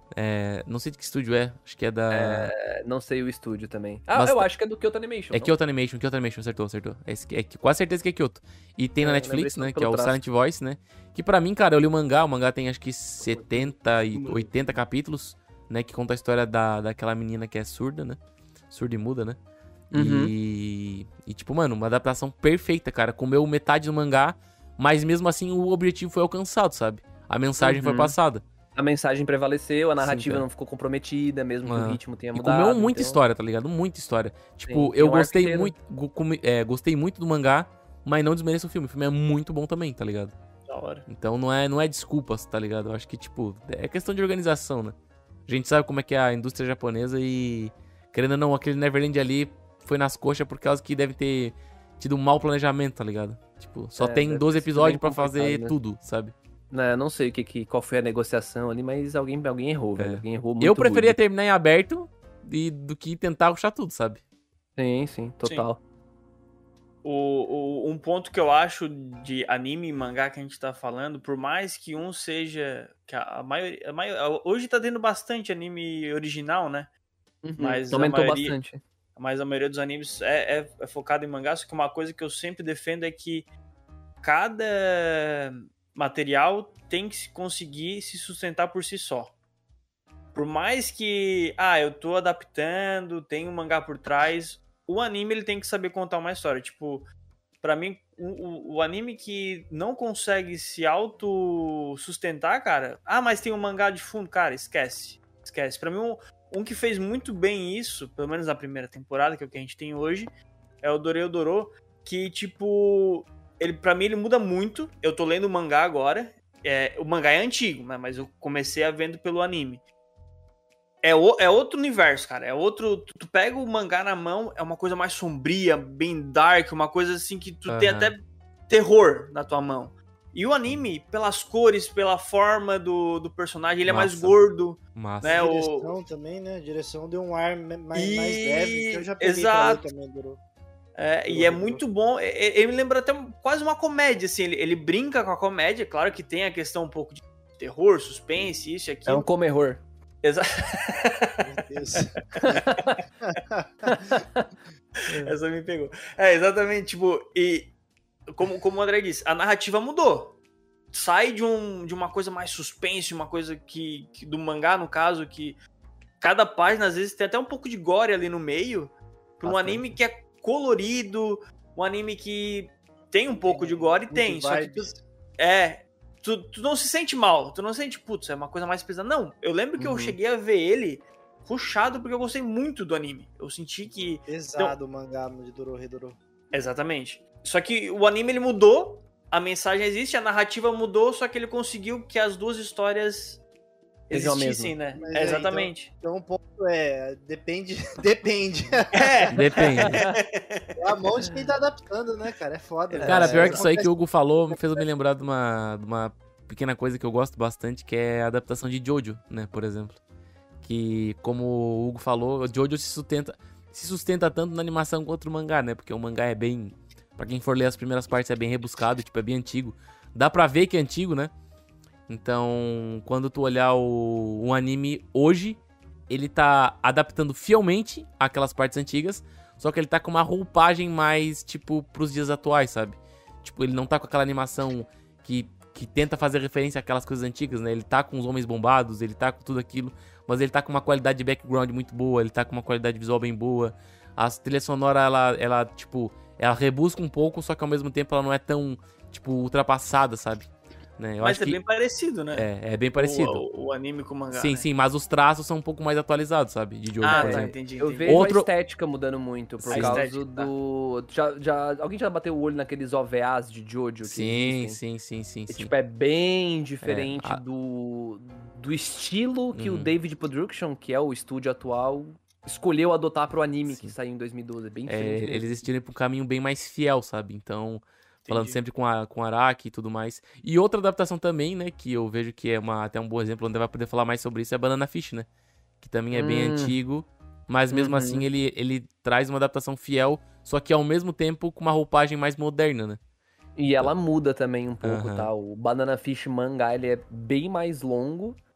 Não sei de que estúdio é. Acho que é da... Não sei o estúdio também. Mas eu acho que é do Kyoto Animation. É não? Kyoto Animation, acertou. Quase certeza que é Kyoto. E tem na eu Netflix, lembrei né, só que é pelo o traço. Silent Voice, né? Que pra mim, cara, eu li o mangá tem acho que 70 e 80 capítulos, né, que conta a história daquela menina que é surda, né? Surda e muda, né? Uhum. E tipo, mano, uma adaptação perfeita, cara. Comeu metade do mangá, mas mesmo assim o objetivo foi alcançado, sabe? A mensagem foi Uhum. passada. A mensagem prevaleceu, a narrativa cara. não ficou comprometida, mesmo que o ritmo tenha E mudado. comeu muita então- história, tá ligado? Muita história. Tipo, Sim, eu tem um arco gostei inteiro. muito. Gostei muito do mangá, mas não desmereço o filme. O filme é muito bom também, tá ligado? Da hora. Então não é desculpas, tá ligado? Eu acho que, tipo, é questão de organização, né? A gente sabe como é que é a indústria japonesa e, querendo ou não, aquele Neverland ali foi nas coxas por causa que deve ter tido um mau planejamento, tá ligado? Tipo, só tem deve 12 ter sido episódios bem pra complicado, fazer né? tudo, sabe? Não sei qual foi a negociação ali, mas alguém errou, velho. Alguém errou muito. Eu preferia rude. terminar em aberto do que tentar rushar tudo, sabe? Sim, total. Um ponto que eu acho de anime e mangá que a gente tá falando, por mais que um seja. Que a maioria, hoje tá tendo bastante anime original, né? Mas Aumentou bastante. Mas a maioria dos animes é focado em mangá, só que uma coisa que eu sempre defendo é que cada material tem que conseguir se sustentar por si só. Por mais que, eu tô adaptando, tem um mangá por trás, o anime ele tem que saber contar uma história. Tipo, pra mim, o anime que não consegue se autossustentar, cara, mas tem um mangá de fundo, cara, esquece. Pra mim, um que fez muito bem isso, pelo menos na primeira temporada, que é o que a gente tem hoje, é o Dorohedoro, que, tipo, pra mim ele muda muito. Eu tô lendo o mangá agora, o mangá é antigo, né, mas eu comecei a vendo pelo anime. É outro universo, cara. É outro. Tu pega o mangá na mão, é uma coisa mais sombria, bem dark, uma coisa assim que tu tem até terror na tua mão. E o anime, pelas cores, pela forma do personagem, ele é mais gordo. Massa. Né? A direção também, né? A direção deu um ar mais leve, que eu já peguei Exato. pra ler também, durou. E é muito bom. Ele me lembra até quase uma comédia, assim. Ele brinca com a comédia. Claro que tem a questão um pouco de terror, suspense, isso e aquilo. É um come-horror. Exato. Meu Deus. Essa me pegou. Exatamente, tipo, e como o André disse, a narrativa mudou. Sai de uma coisa mais suspense, uma coisa que do mangá, no caso, que cada página, às vezes, tem até um pouco de gore ali no meio, pra um anime que é colorido, um anime que tem um pouco de gore, tem, só que tu não se sente mal, tu não sente, putz, é uma coisa mais pesada. Não, eu lembro que eu cheguei a ver ele rushado porque eu gostei muito do anime. Eu senti que... Pesado o mangá de Dorohedoro. Exatamente. Só que o anime ele mudou, a mensagem existe, a narrativa mudou, só que ele conseguiu que as duas histórias existissem, né? Mas exatamente. Então o ponto depende. Depende. Depende. É a mão de quem tá adaptando, né, cara? É foda. Cara, velho. pior que isso aí que o Hugo falou me fez me lembrar de uma pequena coisa que eu gosto bastante, que é a adaptação de Jojo, né, por exemplo. Que, como o Hugo falou, o Jojo se sustenta tanto na animação quanto no mangá, né? Porque o mangá é bem... Pra quem for ler as primeiras partes, é bem rebuscado, tipo, é bem antigo. Dá pra ver que é antigo, né? Então, quando tu olhar um anime hoje, ele tá adaptando fielmente aquelas partes antigas, só que ele tá com uma roupagem mais, tipo, pros dias atuais, sabe? Tipo, ele não tá com aquela animação que tenta fazer referência àquelas coisas antigas, né? Ele tá com os homens bombados, ele tá com tudo aquilo, mas ele tá com uma qualidade de background muito boa, ele tá com uma qualidade visual bem boa. A trilha sonora, ela tipo, ela rebusca um pouco, só que ao mesmo tempo ela não é tão, tipo, ultrapassada, sabe? Né? Eu Mas acho é bem parecido, né? É bem parecido. O anime com o mangá. Sim, né? sim, mas os traços são um pouco mais atualizados, sabe? De Jojo, por exemplo. Entendi. Eu vejo Outro- a estética mudando muito por A causa estética, tá. do... Alguém já bateu o olho naqueles OVAs de Jojo? Que Sim, existem? sim. E, tipo, é bem diferente a- do estilo que o Uhum. David Production, que é o estúdio atual, escolheu adotar pro anime Sim. que saiu em 2012. É bem É, diferente. mesmo. eles estiram pra um caminho bem mais fiel, sabe? Então, falando Entendi. sempre com Araki e tudo mais. E outra adaptação também, né? Que eu vejo que é até um bom exemplo, onde vai poder falar mais sobre isso, é Banana Fish, né? Que também é bem antigo, mas mesmo Uhum. assim ele traz uma adaptação fiel, só que ao mesmo tempo com uma roupagem mais moderna, né? E ela muda também um pouco, Aham. tá? O Banana Fish mangá, ele é bem mais longo.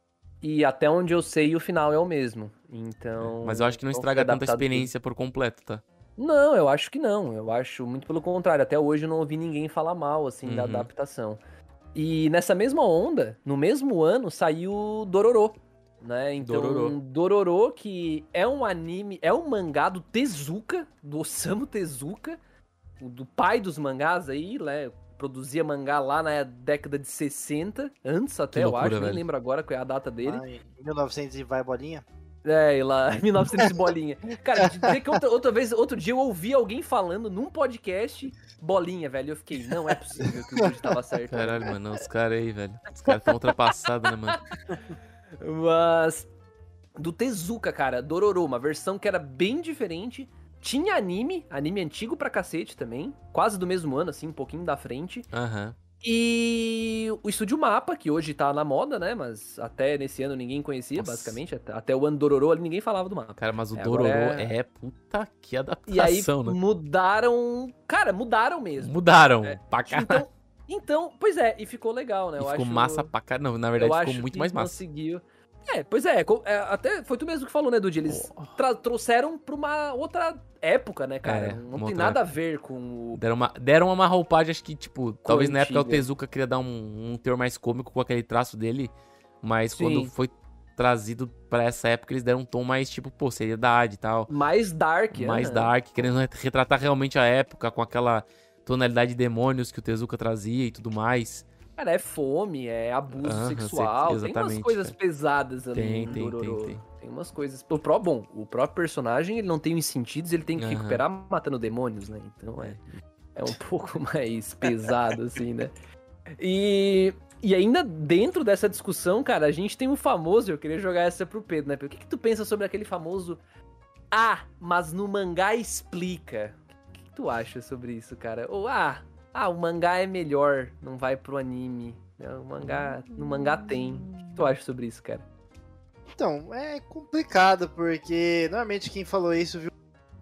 E até onde eu sei, o final é o mesmo. Então. Mas eu acho que não então estraga foi tanta adaptado experiência por completo, tá? Não, eu acho que não. Eu acho muito pelo contrário. Até hoje eu não ouvi ninguém falar mal, assim, da Uhum. adaptação. E nessa mesma onda, no mesmo ano, saiu Dororo, né? Então, Dororo, que é um anime, é um mangá do Tezuka, do Osamu Tezuka, do pai dos mangás aí, né? Produzia mangá lá na década de 60, antes até, Que loucura, eu acho, nem velho. lembro agora qual é a data dele. Ah, em 1900 e vai bolinha. É, e lá, 1900 e bolinha. Cara, dizer que outro dia eu ouvi alguém falando num podcast bolinha, velho. Eu fiquei, não é possível que o Dude tava certo. Caralho, mano, os caras aí, velho. Os caras tão ultrapassados, né, mano? Mas do Tezuka, cara, Dororo, uma versão que era bem diferente. Tinha anime antigo pra cacete também, quase do mesmo ano, assim, um pouquinho da frente. Aham. E o Estúdio Mapa, que hoje tá na moda, né? Mas até nesse ano ninguém conhecia, Nossa. basicamente. Até o ano Dororo ali ninguém falava do mapa. Cara, mas o Agora Dororo é- é puta que E aí adaptação, né? mudaram. Cara, mudaram mesmo. Mudaram É. pra caralho. Então, pois é, e ficou legal, né? E ficou massa pra caralho. Não, na verdade eu ficou acho muito que mais massa. conseguiu. Pois é, até foi tu mesmo que falou, né, Dude? Eles trouxeram pra uma outra época, né, cara? É, Não uma tem outra nada a ver com o. Deram uma roupagem, acho que, tipo, talvez na época o antiga. Tezuka queria dar um teor mais cômico com aquele traço dele, mas Sim. quando foi trazido pra essa época, eles deram um tom mais, tipo, pô, seriedade e tal. Mais dark, Mais aham. dark, querendo retratar realmente a época com aquela tonalidade de demônios que o Tezuka trazia e tudo mais. Cara, é fome, é abuso Aham, sexual, tem umas exatamente, coisas cara. pesadas ali Tem, no tem, Dororo. tem. Tem umas coisas. O próprio personagem, ele não tem os sentidos, ele tem que Aham. recuperar matando demônios, né? Então é um pouco mais pesado, assim, né? E ainda dentro dessa discussão, cara, a gente tem um famoso, eu queria jogar essa pro Pedro, né? Pedro? O que tu pensa sobre aquele famoso mas no mangá explica? O que tu acha sobre isso, cara? Ou, o mangá é melhor, não vai pro anime. No mangá tem. O que tu acha sobre isso, cara? Então, é complicado, porque normalmente quem falou isso viu.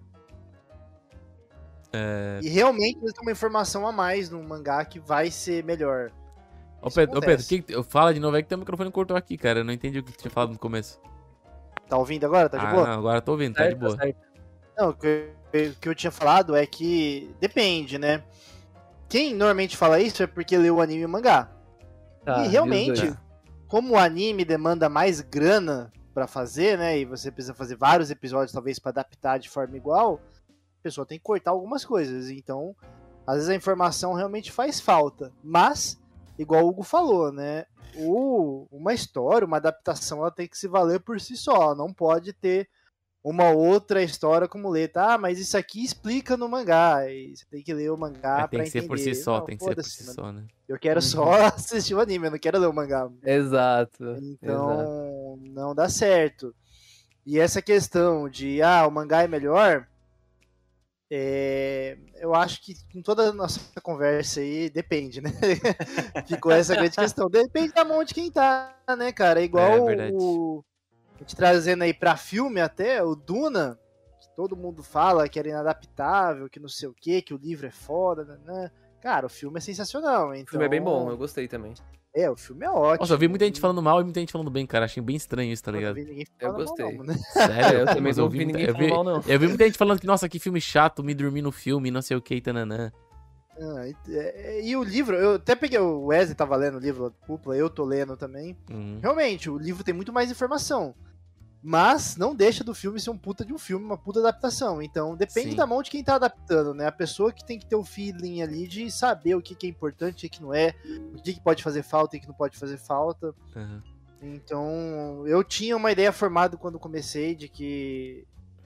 E realmente eles têm uma informação a mais no mangá que vai ser melhor. Ô Isso Pedro, acontece. fala de novo aí que teu microfone cortou aqui, cara. Eu não entendi o que tu tinha falado no começo. Tá ouvindo agora? Tá de boa? Não, agora eu tô ouvindo, tá de boa. Certo. Não, o que eu tinha falado é que depende, né? Quem normalmente fala isso é porque leu o anime e o mangá. Tá, E realmente, viu os dois. como o anime demanda mais grana pra fazer, né? E você precisa fazer vários episódios, talvez, pra adaptar de forma igual, a pessoa tem que cortar algumas coisas. Então, às vezes a informação realmente faz falta. Mas, igual o Hugo falou, né? Uma história, uma adaptação, ela tem que se valer por si só. Não pode ter uma outra história como letra. Mas isso aqui explica no mangá. E você tem que ler o mangá Tem pra que ser entender. por si só, Não, tem que ser por foda-se, si mano. só, né? Eu quero só assistir o anime, eu não quero ler o mangá. Exato. Então, não dá certo. E essa questão de, o mangá é melhor, eu acho que com toda a nossa conversa aí, depende, né? Ficou essa grande questão. Depende da mão de quem tá, né, cara? É igual verdade. a gente trazendo aí pra filme até, o Duna, que todo mundo fala que era inadaptável, que não sei o quê, que o livro é foda, né? Cara, o filme é sensacional. Então, O filme é bem bom, eu gostei também. o filme é ótimo. Nossa, eu vi muita gente falando mal e muita gente falando bem, cara. Achei bem estranho isso, tá Eu não ligado? vi ninguém Eu falando mal, gostei. não, né? Sério? Eu também Mas não eu vi vi, ninguém eu falando vi, mal, não. eu vi muita gente falando que, nossa, que filme chato, me dormi no filme, não sei o que, tananã. E o livro, eu até peguei, o Wesley tava lendo o livro da Cúpula, eu tô lendo também. Uhum. Realmente, o livro tem muito mais informação. Mas não deixa do filme ser um puta de um filme, uma puta adaptação. Então depende Sim. da mão de quem tá adaptando, né? A pessoa que tem que ter o feeling ali de saber o que é importante e o que não é, o que pode fazer falta e o que não pode fazer falta. Uhum. Então, eu tinha uma ideia formada quando comecei de que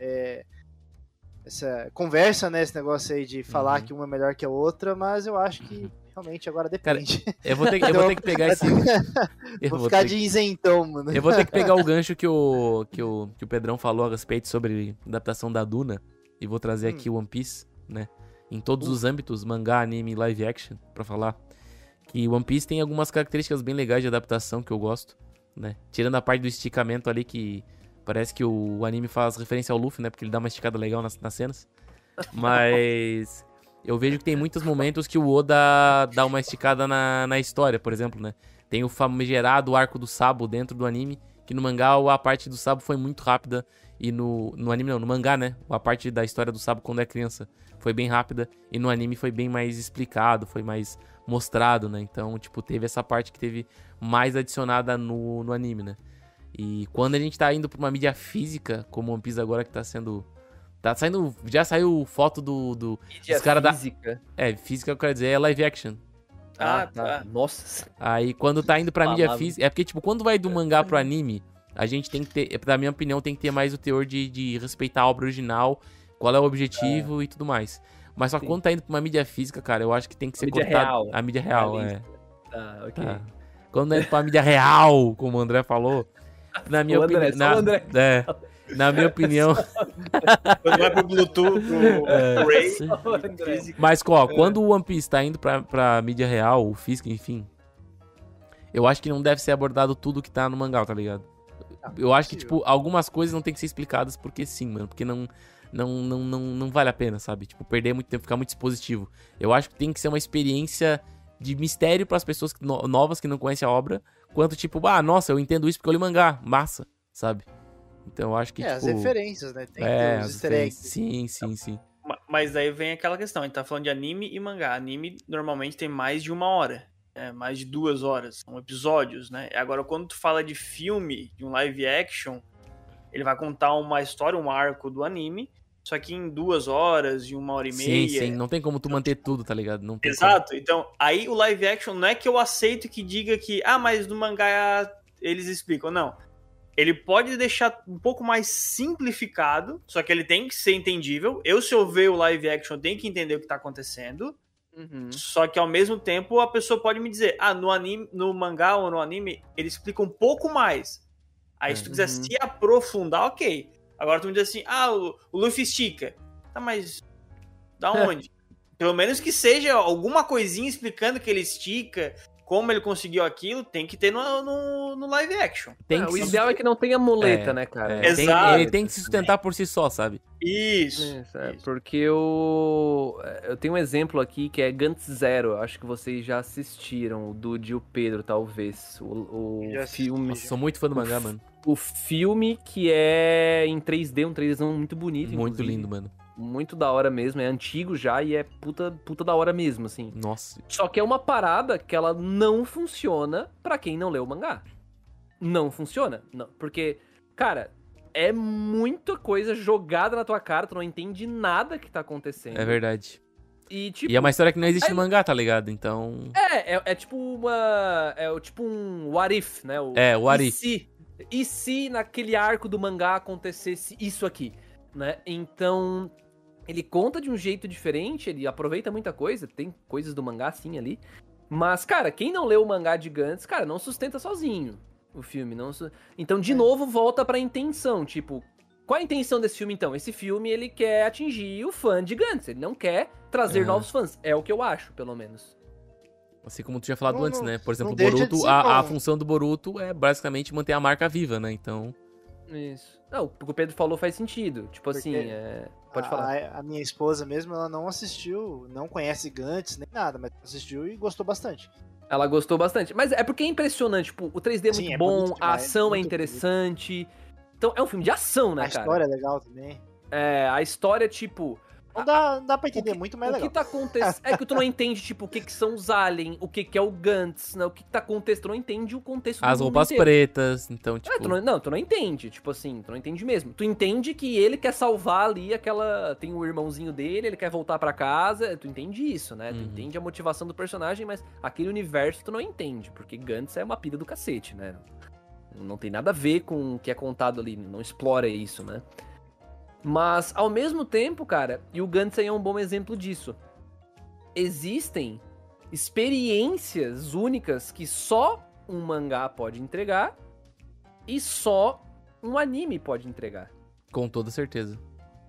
essa conversa, né, esse negócio aí de falar que uma é melhor que a outra, mas eu acho que realmente agora depende. Eu vou ter que pegar esse. Vou ficar de isentão, mano. Eu vou ter que pegar o gancho que o Pedrão falou a respeito sobre adaptação da Duna e vou trazer aqui o One Piece, né? Em todos os âmbitos, mangá, anime, live action, pra falar. Que One Piece tem algumas características bem legais de adaptação que eu gosto, né? Tirando a parte do esticamento ali que parece que o anime faz referência ao Luffy, né? Porque ele dá uma esticada legal nas cenas. Mas eu vejo que tem muitos momentos que o Oda dá uma esticada na história, por exemplo, né? Tem o famigerado arco do Sabo dentro do anime, que no mangá a parte do Sabo foi muito rápida e no anime não, no mangá, né? A parte da história do Sabo quando é criança foi bem rápida e no anime foi bem mais explicado, foi mais mostrado, né? Então, tipo, teve essa parte que teve mais adicionada no anime, né? E quando a gente tá indo pra uma mídia física, como One Piece agora que tá saindo... Já saiu foto dos caras da... física. Física eu quero dizer, é live action. Tá. Nossa. Aí quando tá indo pra mídia Palavra. física... É porque, tipo, quando vai do mangá pro anime, a gente tem que ter... Na minha opinião, tem que ter mais o teor de respeitar a obra original, qual é o objetivo e tudo mais. Mas só que Sim. quando tá indo pra uma mídia física, cara, eu acho que tem que ser Mídia cortado... real. A mídia real, Realista. Tá, ok. Tá. Quando é pra mídia real, como o André falou, na minha O André, opinião... só o André. Na minha opinião... Quando vai pro Bluetooth, pro Ray, André. Mas, ó, quando o One Piece tá indo pra mídia real, o físico, enfim, eu acho que não deve ser abordado tudo que tá no mangá, tá ligado? Eu acho que, tipo, algumas coisas não tem que ser explicadas porque sim, mano. Porque não vale a pena, sabe? Tipo, perder muito tempo, ficar muito expositivo. Eu acho que tem que ser uma experiência de mistério pras pessoas novas que não conhecem a obra. Quanto, tipo, nossa, eu entendo isso porque eu li mangá. Massa, sabe? Então eu acho que, tipo... As referências, né? Tem que ter os as easter eggs. Sim. Mas daí vem aquela questão, a gente tá falando de anime e mangá. Anime normalmente tem mais de 1 hora, mais de 2 horas, são episódios, né? Agora, quando tu fala de filme, de um live action, ele vai contar uma história, um arco do anime, só que em 2 horas, em 1h30. Sim, não tem como tu manter tudo, tá ligado? Não tem Exato, então, aí o live action não é que eu aceito que diga que, mas no mangá eles explicam, não. Ele pode deixar um pouco mais simplificado, só que ele tem que ser entendível. Se eu ver o live action, eu tenho que entender o que tá acontecendo. Uhum. Só que ao mesmo tempo, a pessoa pode me dizer, no anime, no mangá ou no anime, ele explica um pouco mais. Aí se tu quiser se aprofundar, ok. Agora tu me diz assim, o Luffy estica. Tá, mas da onde? Pelo menos que seja alguma coisinha explicando que ele estica, como ele conseguiu aquilo, tem que ter no live action. O ideal é que não tenha muleta, né, cara? Exato. Ele tem que se sustentar por si só, sabe? Isso. Porque eu tenho um exemplo aqui que é Gantz Zero. Eu acho que vocês já assistiram, o do Gil Pedro, talvez. O Já assisti. filme. Nossa, sou muito fã do mangá, mano. O filme que é em 3D, um 3Dzão muito bonito. Muito inclusive. lindo, mano. Muito da hora mesmo, é antigo já e é puta da hora mesmo, assim. Nossa. Só que é uma parada que ela não funciona pra quem não leu o mangá. Não funciona. Não, porque, cara, é muita coisa jogada na tua cara, tu não entende nada que tá acontecendo. É verdade. E, tipo, E é uma história que não existe no mangá, tá ligado? Então... é tipo uma... É tipo um what if, né? O what e if. E se naquele arco do mangá acontecesse isso aqui, né? Então... Ele conta de um jeito diferente, ele aproveita muita coisa, tem coisas do mangá sim ali. Mas, cara, quem não leu o mangá de Gantz, cara, não sustenta sozinho o filme. Então, de novo, volta pra intenção. Tipo, qual a intenção desse filme, então? Esse filme, ele quer atingir o fã de Gantz, ele não quer trazer novos fãs. É o que eu acho, pelo menos. Assim como tu tinha falado antes, né? Por exemplo, o deixa de Boruto, ser a bom. função do Boruto é basicamente manter a marca viva, né? Então... Isso. Não, o que o Pedro falou faz sentido. Tipo Porque assim, pode falar. A minha esposa mesmo, ela não assistiu, não conhece Gantz nem nada, mas assistiu e gostou bastante. Ela gostou bastante. Mas é porque é impressionante, tipo, o 3D é muito Sim, é bom, bonito a demais, ação é muito interessante. Então, é um filme de ação, né, A cara? história é legal também. A história, tipo... Não dá pra entender muito, mas é O legal. que tá acontecendo... É que tu não entende, tipo, o que são os aliens, o que é o Gantz, né? O que tá acontecendo, tu não entende o contexto do As mundo roupas inteiro. pretas, então, tipo... Tu não entende, tipo assim, tu não entende mesmo. Tu entende que ele quer salvar ali aquela... Tem o irmãozinho dele, ele quer voltar pra casa, tu entende isso, né? Tu entende a motivação do personagem, mas aquele universo tu não entende, porque Gantz é uma pilha do cacete, né? Não tem nada a ver com o que é contado ali, não explora isso, né? Mas, ao mesmo tempo, cara, e o Gantz aí é um bom exemplo disso, existem experiências únicas que só um mangá pode entregar e só um anime pode entregar. Com toda certeza.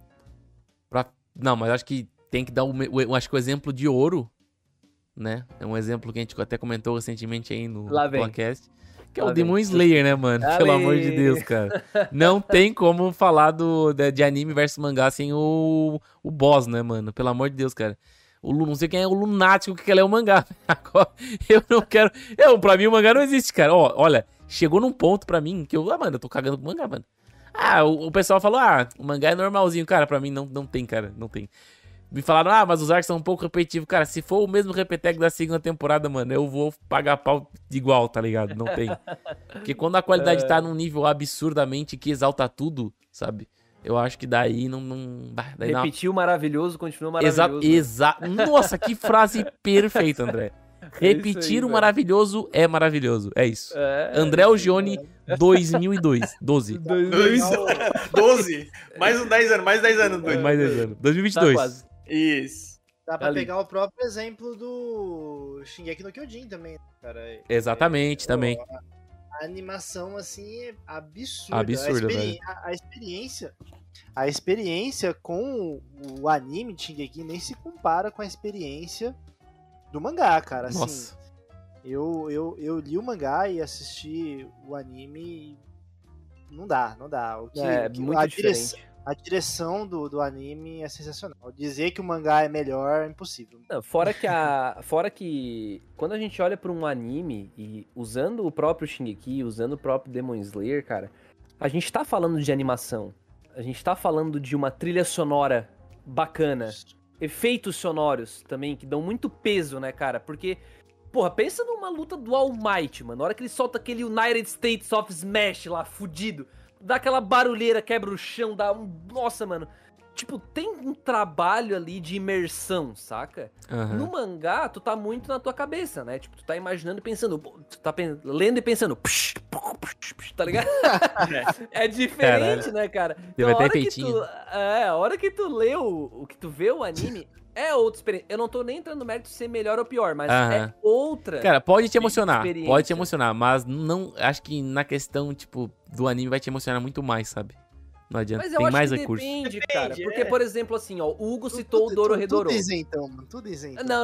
Não, mas eu acho que tem que dar acho que o exemplo de ouro, né? É um exemplo que a gente até comentou recentemente aí no podcast. Que é o Demon Slayer, né, mano? Pelo amor de Deus, cara. Não tem como falar de anime versus mangá sem o boss, né, mano? Pelo amor de Deus, cara. Não sei quem é o lunático que quer ler o mangá. Agora, eu não quero... Pra mim, o mangá não existe, cara. Olha, chegou num ponto pra mim que mano, eu tô cagando pro mangá, mano. O pessoal falou, o mangá é normalzinho. Cara, pra mim não tem, cara, não tem. Me falaram, mas os arcos são um pouco repetitivos. Cara, se for o mesmo repeteco da segunda temporada, mano, eu vou pagar pau de igual, tá ligado? Não tem. Porque quando a qualidade tá num nível absurdamente que exalta tudo, sabe? Eu acho que daí não... Daí repetir o maravilhoso, continua maravilhoso. Exato. Nossa, que frase perfeita, André. Repetir o maravilhoso é maravilhoso. É isso. André Algione, 2002. 12. 12? Mais uns 10 anos, mais 10 anos. Mais 10 anos. 2022. Tá quase. Isso. Dá pra pegar o próprio exemplo do Shingeki no Kyojin também, cara. Exatamente, também. A animação, assim, é absurda. Absurda, velho. A experiência com o anime de Shingeki nem se compara com a experiência do mangá, cara. Assim, nossa. Eu li o mangá e assisti o anime e não dá. Muito diferente. A direção do anime é sensacional. Dizer que o mangá é melhor é impossível. Não, fora que quando a gente olha pra um anime e usando o próprio Shingeki, usando o próprio Demon Slayer, cara, a gente tá falando de animação. A gente tá falando de uma trilha sonora bacana. Efeitos sonoros também, que dão muito peso, né, cara? Porque, porra, pensa numa luta do All Might, mano. Na hora que ele solta aquele United States of Smash lá, fudido. Dá aquela barulheira, quebra o chão, dá um... Nossa, mano. Tipo, tem um trabalho ali de imersão, saca? Uhum. No mangá, tu tá muito na tua cabeça, né? Tipo, tu tá imaginando e pensando... Tu tá lendo e pensando... Tá ligado? É diferente, caralho, né, cara? Então, a hora que tu lê o que tu vê o anime... É outra experiência. Eu não tô nem entrando no mérito de ser melhor ou pior, mas é outra. Cara, pode te emocionar, mas não. Acho que na questão, tipo, do anime vai te emocionar muito mais, sabe? Não adianta. Mas eu tem acho mais que recurso. Depende, cara. Porque, por exemplo, assim, ó, o Hugo citou o Dororedoro. Tudo isentão, mano. Tudo isentão. Não.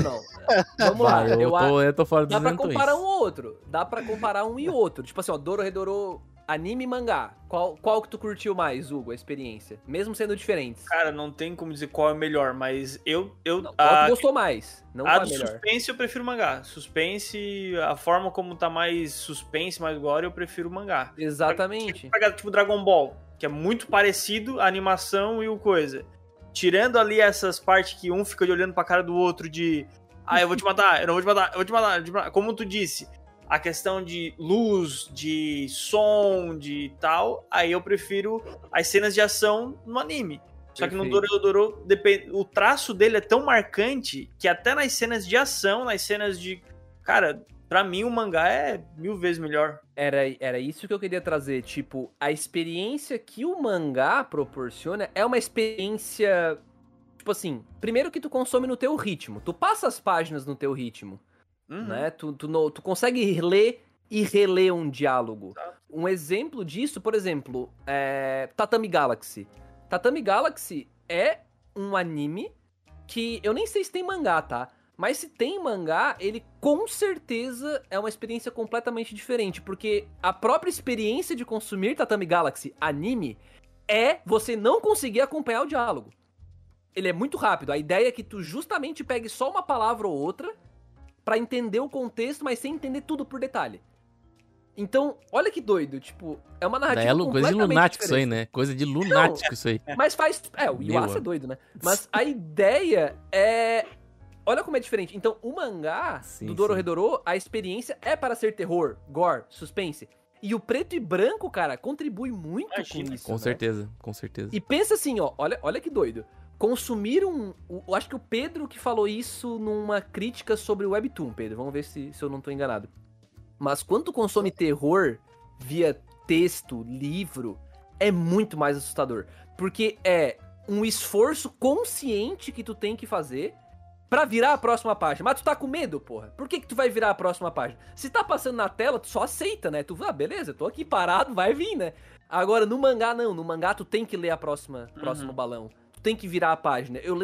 Vamos lá. Eu tô fora dos Dá pra comparar um ou outro. Dá pra comparar um e outro. Tipo assim, ó, Dororedoro, anime e mangá. Qual que tu curtiu mais, Hugo, a experiência? Mesmo sendo diferentes. Cara, não tem como dizer qual é o melhor, mas qual tu gostou mais? Não a qual é do melhor. suspense eu prefiro mangá. Suspense, a forma como tá mais suspense, mais gore, eu prefiro mangá. Exatamente. Tipo Dragon Ball, que é muito parecido a animação e o coisa. Tirando ali essas partes que um fica olhando pra cara do outro de... eu vou te matar, eu não vou te matar, eu vou te matar. Como tu disse... A questão de luz, de som, de tal, aí eu prefiro as cenas de ação no anime. Só que no Dororedoro, o traço dele é tão marcante que até nas cenas de ação, nas cenas de... Cara, pra mim o mangá é 1000 vezes melhor. Era isso que eu queria trazer. Tipo, a experiência que o mangá proporciona é uma experiência... Tipo assim, primeiro que tu consome no teu ritmo. Tu passa as páginas no teu ritmo. Né? Tu consegue ler e reler um diálogo. Um exemplo disso, por exemplo, é Tatami Galaxy. Tatami Galaxy é um anime que eu nem sei se tem mangá, tá? Mas se tem mangá, ele com certeza é uma experiência completamente diferente, porque a própria experiência de consumir Tatami Galaxy anime é você não conseguir acompanhar o diálogo. Ele é muito rápido. A ideia é que tu justamente pegue só uma palavra ou outra pra entender o contexto, mas sem entender tudo por detalhe. Então, olha que doido, tipo, é uma narrativa completamente coisa de lunático diferente. Isso aí, né? Coisa de lunático isso aí. Mas faz... o Yuasa é doido, né? Mas a ideia é... Olha como é diferente. Então, o mangá do Dororedoro, a experiência é para ser terror, gore, suspense. E o preto e branco, cara, contribui muito com isso. Com certeza, com certeza. E pensa assim, ó, olha que doido. Consumir eu acho que o Pedro que falou isso numa crítica sobre o Webtoon, Pedro. Vamos ver se eu não tô enganado. Mas quando tu consome terror via texto, livro, é muito mais assustador. Porque é um esforço consciente que tu tem que fazer pra virar a próxima página. Mas tu tá com medo, porra. Por que tu vai virar a próxima página? Se tá passando na tela, tu só aceita, né? Tu, beleza, tô aqui parado, vai vir, né? Agora, no mangá, não. No mangá, tu tem que ler a próximo balão. Tem que virar a página. Eu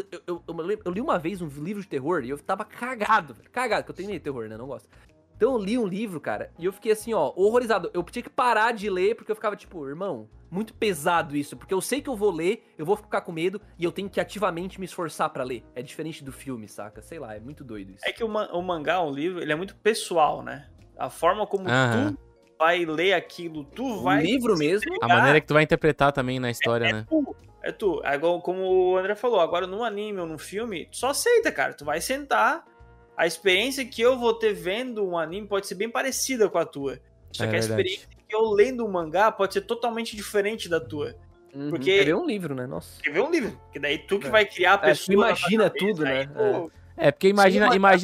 li uma vez um livro de terror e eu tava cagado, que eu tenho medo de terror, né? Não gosto. Então eu li um livro, cara, e eu fiquei assim, ó, horrorizado. Eu tinha que parar de ler porque eu ficava tipo, irmão, muito pesado isso, porque eu sei que eu vou ler, eu vou ficar com medo e eu tenho que ativamente me esforçar pra ler. É diferente do filme, saca? Sei lá, é muito doido isso. É que o mangá, o livro, ele é muito pessoal, né? A forma como tu vai ler aquilo, tu O vai... livro mesmo? A maneira que tu vai interpretar também na história, né? É tu. Agora, como o André falou, agora no anime ou no filme, tu só aceita, cara. Tu vai sentar. A experiência que eu vou ter vendo um anime pode ser bem parecida com a tua. Só que a experiência que eu lendo um mangá pode ser totalmente diferente da tua. Porque... Quer ver um livro, né? Nossa. Quer ver um livro. Porque daí tu que vai criar a pessoa... Tu imagina tudo, né? Porque imagina...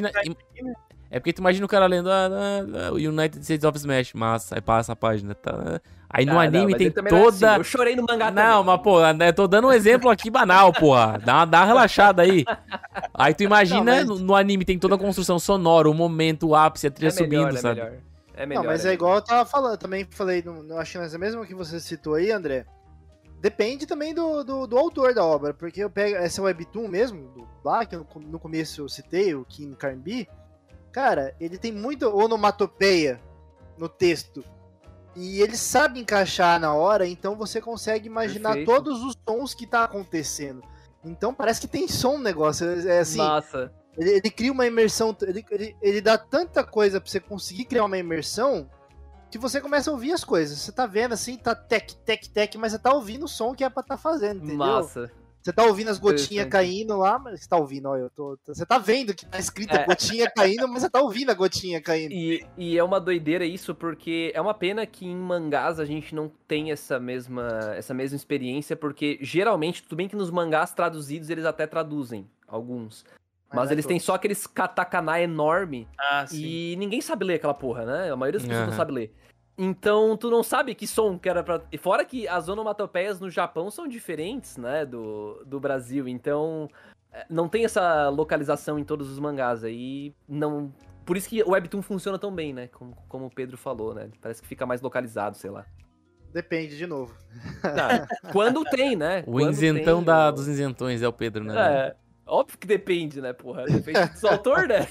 É porque tu imagina o cara lendo o United States of Smash, massa, aí passa a página, tá? Aí no anime tem toda... Assim. Eu chorei no mangá também. Não, mas pô, eu tô dando um exemplo aqui banal, porra. Dá uma relaxada aí. Aí tu imagina, no anime tem toda a construção sonora, o momento, o ápice, a trilha subindo, sabe? É melhor. Não, mas é igual eu tava falando, também falei, não acho que é mesmo que você citou aí, André. Depende também do autor da obra, porque eu pego essa webtoon mesmo, lá que no começo eu citei, o Kim Carnby. Cara, ele tem muita onomatopeia no texto. E ele sabe encaixar na hora, então você consegue imaginar todos os sons que tá acontecendo. Então parece que tem som no negócio. É assim. Nossa. Ele cria uma imersão. Ele dá tanta coisa pra você conseguir criar uma imersão que você começa a ouvir as coisas. Você tá vendo assim, tá tec, mas você tá ouvindo o som que é pra tá fazendo, entendeu? Massa. Você tá ouvindo as gotinhas caindo lá, mas você tá ouvindo, ó, você tá vendo que tá escrita gotinha caindo, mas você tá ouvindo a gotinha caindo. E é uma doideira isso, porque é uma pena que em mangás a gente não tem essa mesma experiência, porque geralmente, tudo bem que nos mangás traduzidos eles até traduzem, alguns. Mas eles têm só aqueles katakana enorme e ninguém sabe ler aquela porra, né? A maioria das pessoas não sabe ler. Então, tu não sabe que som que era pra... E fora que as onomatopeias no Japão são diferentes, né, do Brasil. Então, não tem essa localização em todos os mangás. Aí, não... Por isso que o Webtoon funciona tão bem, né? Como o Pedro falou, né? Parece que fica mais localizado, sei lá. Depende, de novo. Quando tem, né? O isentão dos isentões é o Pedro, né? Óbvio que depende, né, porra? Depende do autor, né?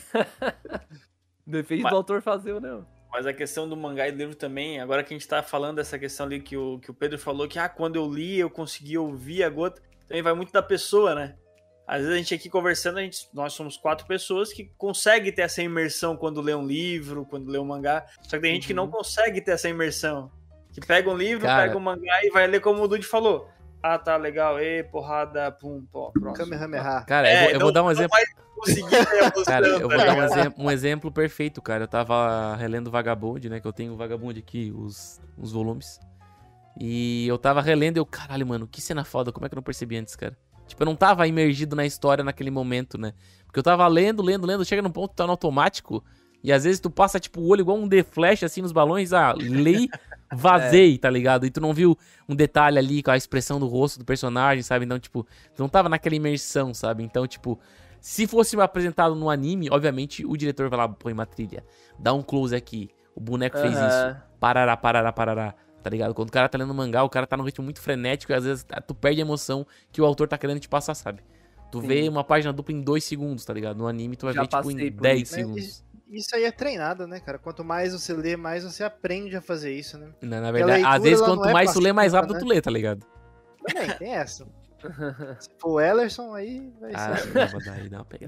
Depende do autor fazer ou não. Mas a questão do mangá e do livro também, agora que a gente tá falando dessa questão ali que o Pedro falou, que quando eu li eu consegui ouvir a gota, também vai muito da pessoa, né? Às vezes a gente aqui conversando, nós somos 4 pessoas que conseguem ter essa imersão quando lê um livro, quando lê um mangá, só que tem gente que não consegue ter essa imersão, que pega um livro, pega um mangá e vai ler como o Dude falou. Tá, legal, porrada, pum, próximo. Kamehameha. Cara, eu vou dar um exemplo... Cara, eu vou dar dar um exemplo perfeito, cara. Eu tava relendo Vagabond, né? Que eu tenho o Vagabond aqui, os volumes. E eu tava relendo e eu, caralho, mano, que cena foda, como é que eu não percebi antes, cara? Tipo, eu não tava imergido na história naquele momento, né? Porque eu tava lendo, chega num ponto que tá no automático, e às vezes tu passa, tipo, o olho igual um The Flash, assim, nos balões, lei, vazei, tá ligado? E tu não viu um detalhe ali com a expressão do rosto do personagem, sabe? Então, tipo, tu não tava naquela imersão, sabe? Então, tipo... Se fosse apresentado no anime, obviamente o diretor vai lá, põe uma trilha, dá um close aqui, o boneco fez isso, parará, tá ligado? Quando o cara tá lendo mangá, o cara tá num ritmo muito frenético e às vezes tu perde a emoção que o autor tá querendo te passar, sabe? Tu vê uma página dupla em 2 segundos, tá ligado? No anime tu vai ver tipo em 10 segundos. Isso aí é treinado, né, cara? Quanto mais você lê, mais você aprende a fazer isso, né? Na verdade, às vezes quanto mais tu lê, mais rápido tu lê, tá ligado? Também, tem essa. Se for o Ellerson, aí vai ser. Vou dar aí, dá uma pegada.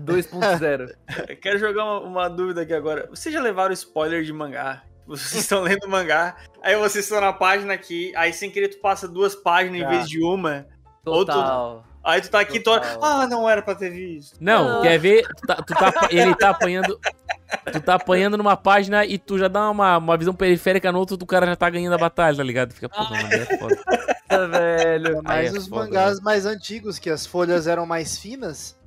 2.0. Quero jogar uma dúvida aqui agora. Vocês já levaram spoiler de mangá? Vocês estão lendo mangá, aí vocês estão na página aqui, aí sem querer tu passa 2 páginas em vez de uma. Total. Aí tu tá aqui, não era pra ter visto. Não, quer ver? Ele tá apanhando. Tu tá apanhando numa página e tu já dá uma visão periférica no outro, o cara já tá ganhando a batalha, tá ligado? Fica, pô, mano, é foda. Velho. Mas os mangás mais antigos, que as folhas eram mais finas,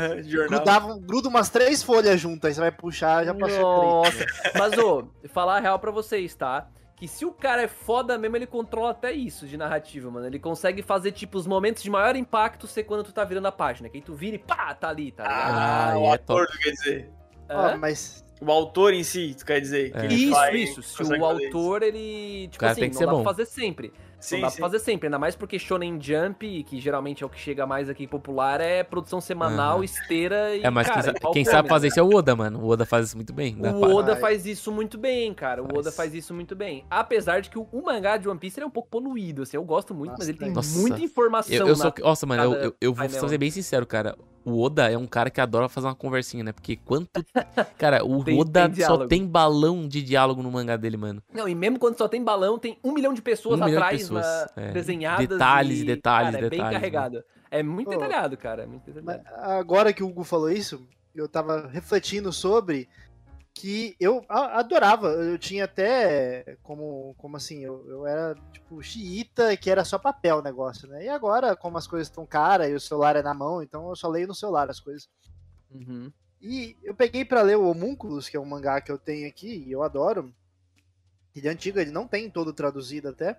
gruda umas 3 folhas juntas, aí você vai puxar, já passou 3. Nossa. Mas, falar a real pra vocês, tá? Que se o cara é foda mesmo, ele controla até isso de narrativa, mano. Ele consegue fazer, tipo, os momentos de maior impacto ser quando tu tá virando a página. Que aí tu vira e pá, tá ali, tá ligado? O ator, tu quer dizer. Mas... O autor em si, tu quer dizer. Que Isso. Se o autor, ele... Tipo cara, assim, tem que não ser dá bom. pra fazer sempre. Não dá pra fazer sempre, ainda mais porque Shonen Jump, que geralmente é o que chega mais aqui popular, é produção semanal, esteira e, mas cara, quem sabe fazer isso é o Oda, mano. O Oda faz isso muito bem. O Oda faz isso muito bem, cara. O Oda faz isso muito bem. Apesar de que o mangá de One Piece ele é um pouco poluído, assim. Eu gosto muito, mas ele tem muita informação. Nossa, mano, eu vou ser bem sincero, cara. O Oda é um cara que adora fazer uma conversinha, né? Porque quanto... Cara, o Tem Oda só diálogo. tem balão de diálogo no mangá dele, mano. Não, e mesmo quando só tem balão, tem 1 milhão de pessoas 1 milhão de atrás pessoas, desenhadas. Detalhes, e, detalhes, cara, é bem detalhes, né? carregado. É muito Pô, detalhado, cara. É muito Mas detalhado. agora que o Hugo falou isso, eu tava refletindo sobre que eu adorava. Eu tinha até como assim, eu era tipo xiita, que era só papel o negócio, né? E agora, como as coisas estão caras e o celular é na mão, então eu só leio no celular as coisas. Uhum. E eu peguei pra ler o Homúnculos, que é um mangá que eu tenho aqui e eu adoro. Ele é antigo, ele não tem todo traduzido até.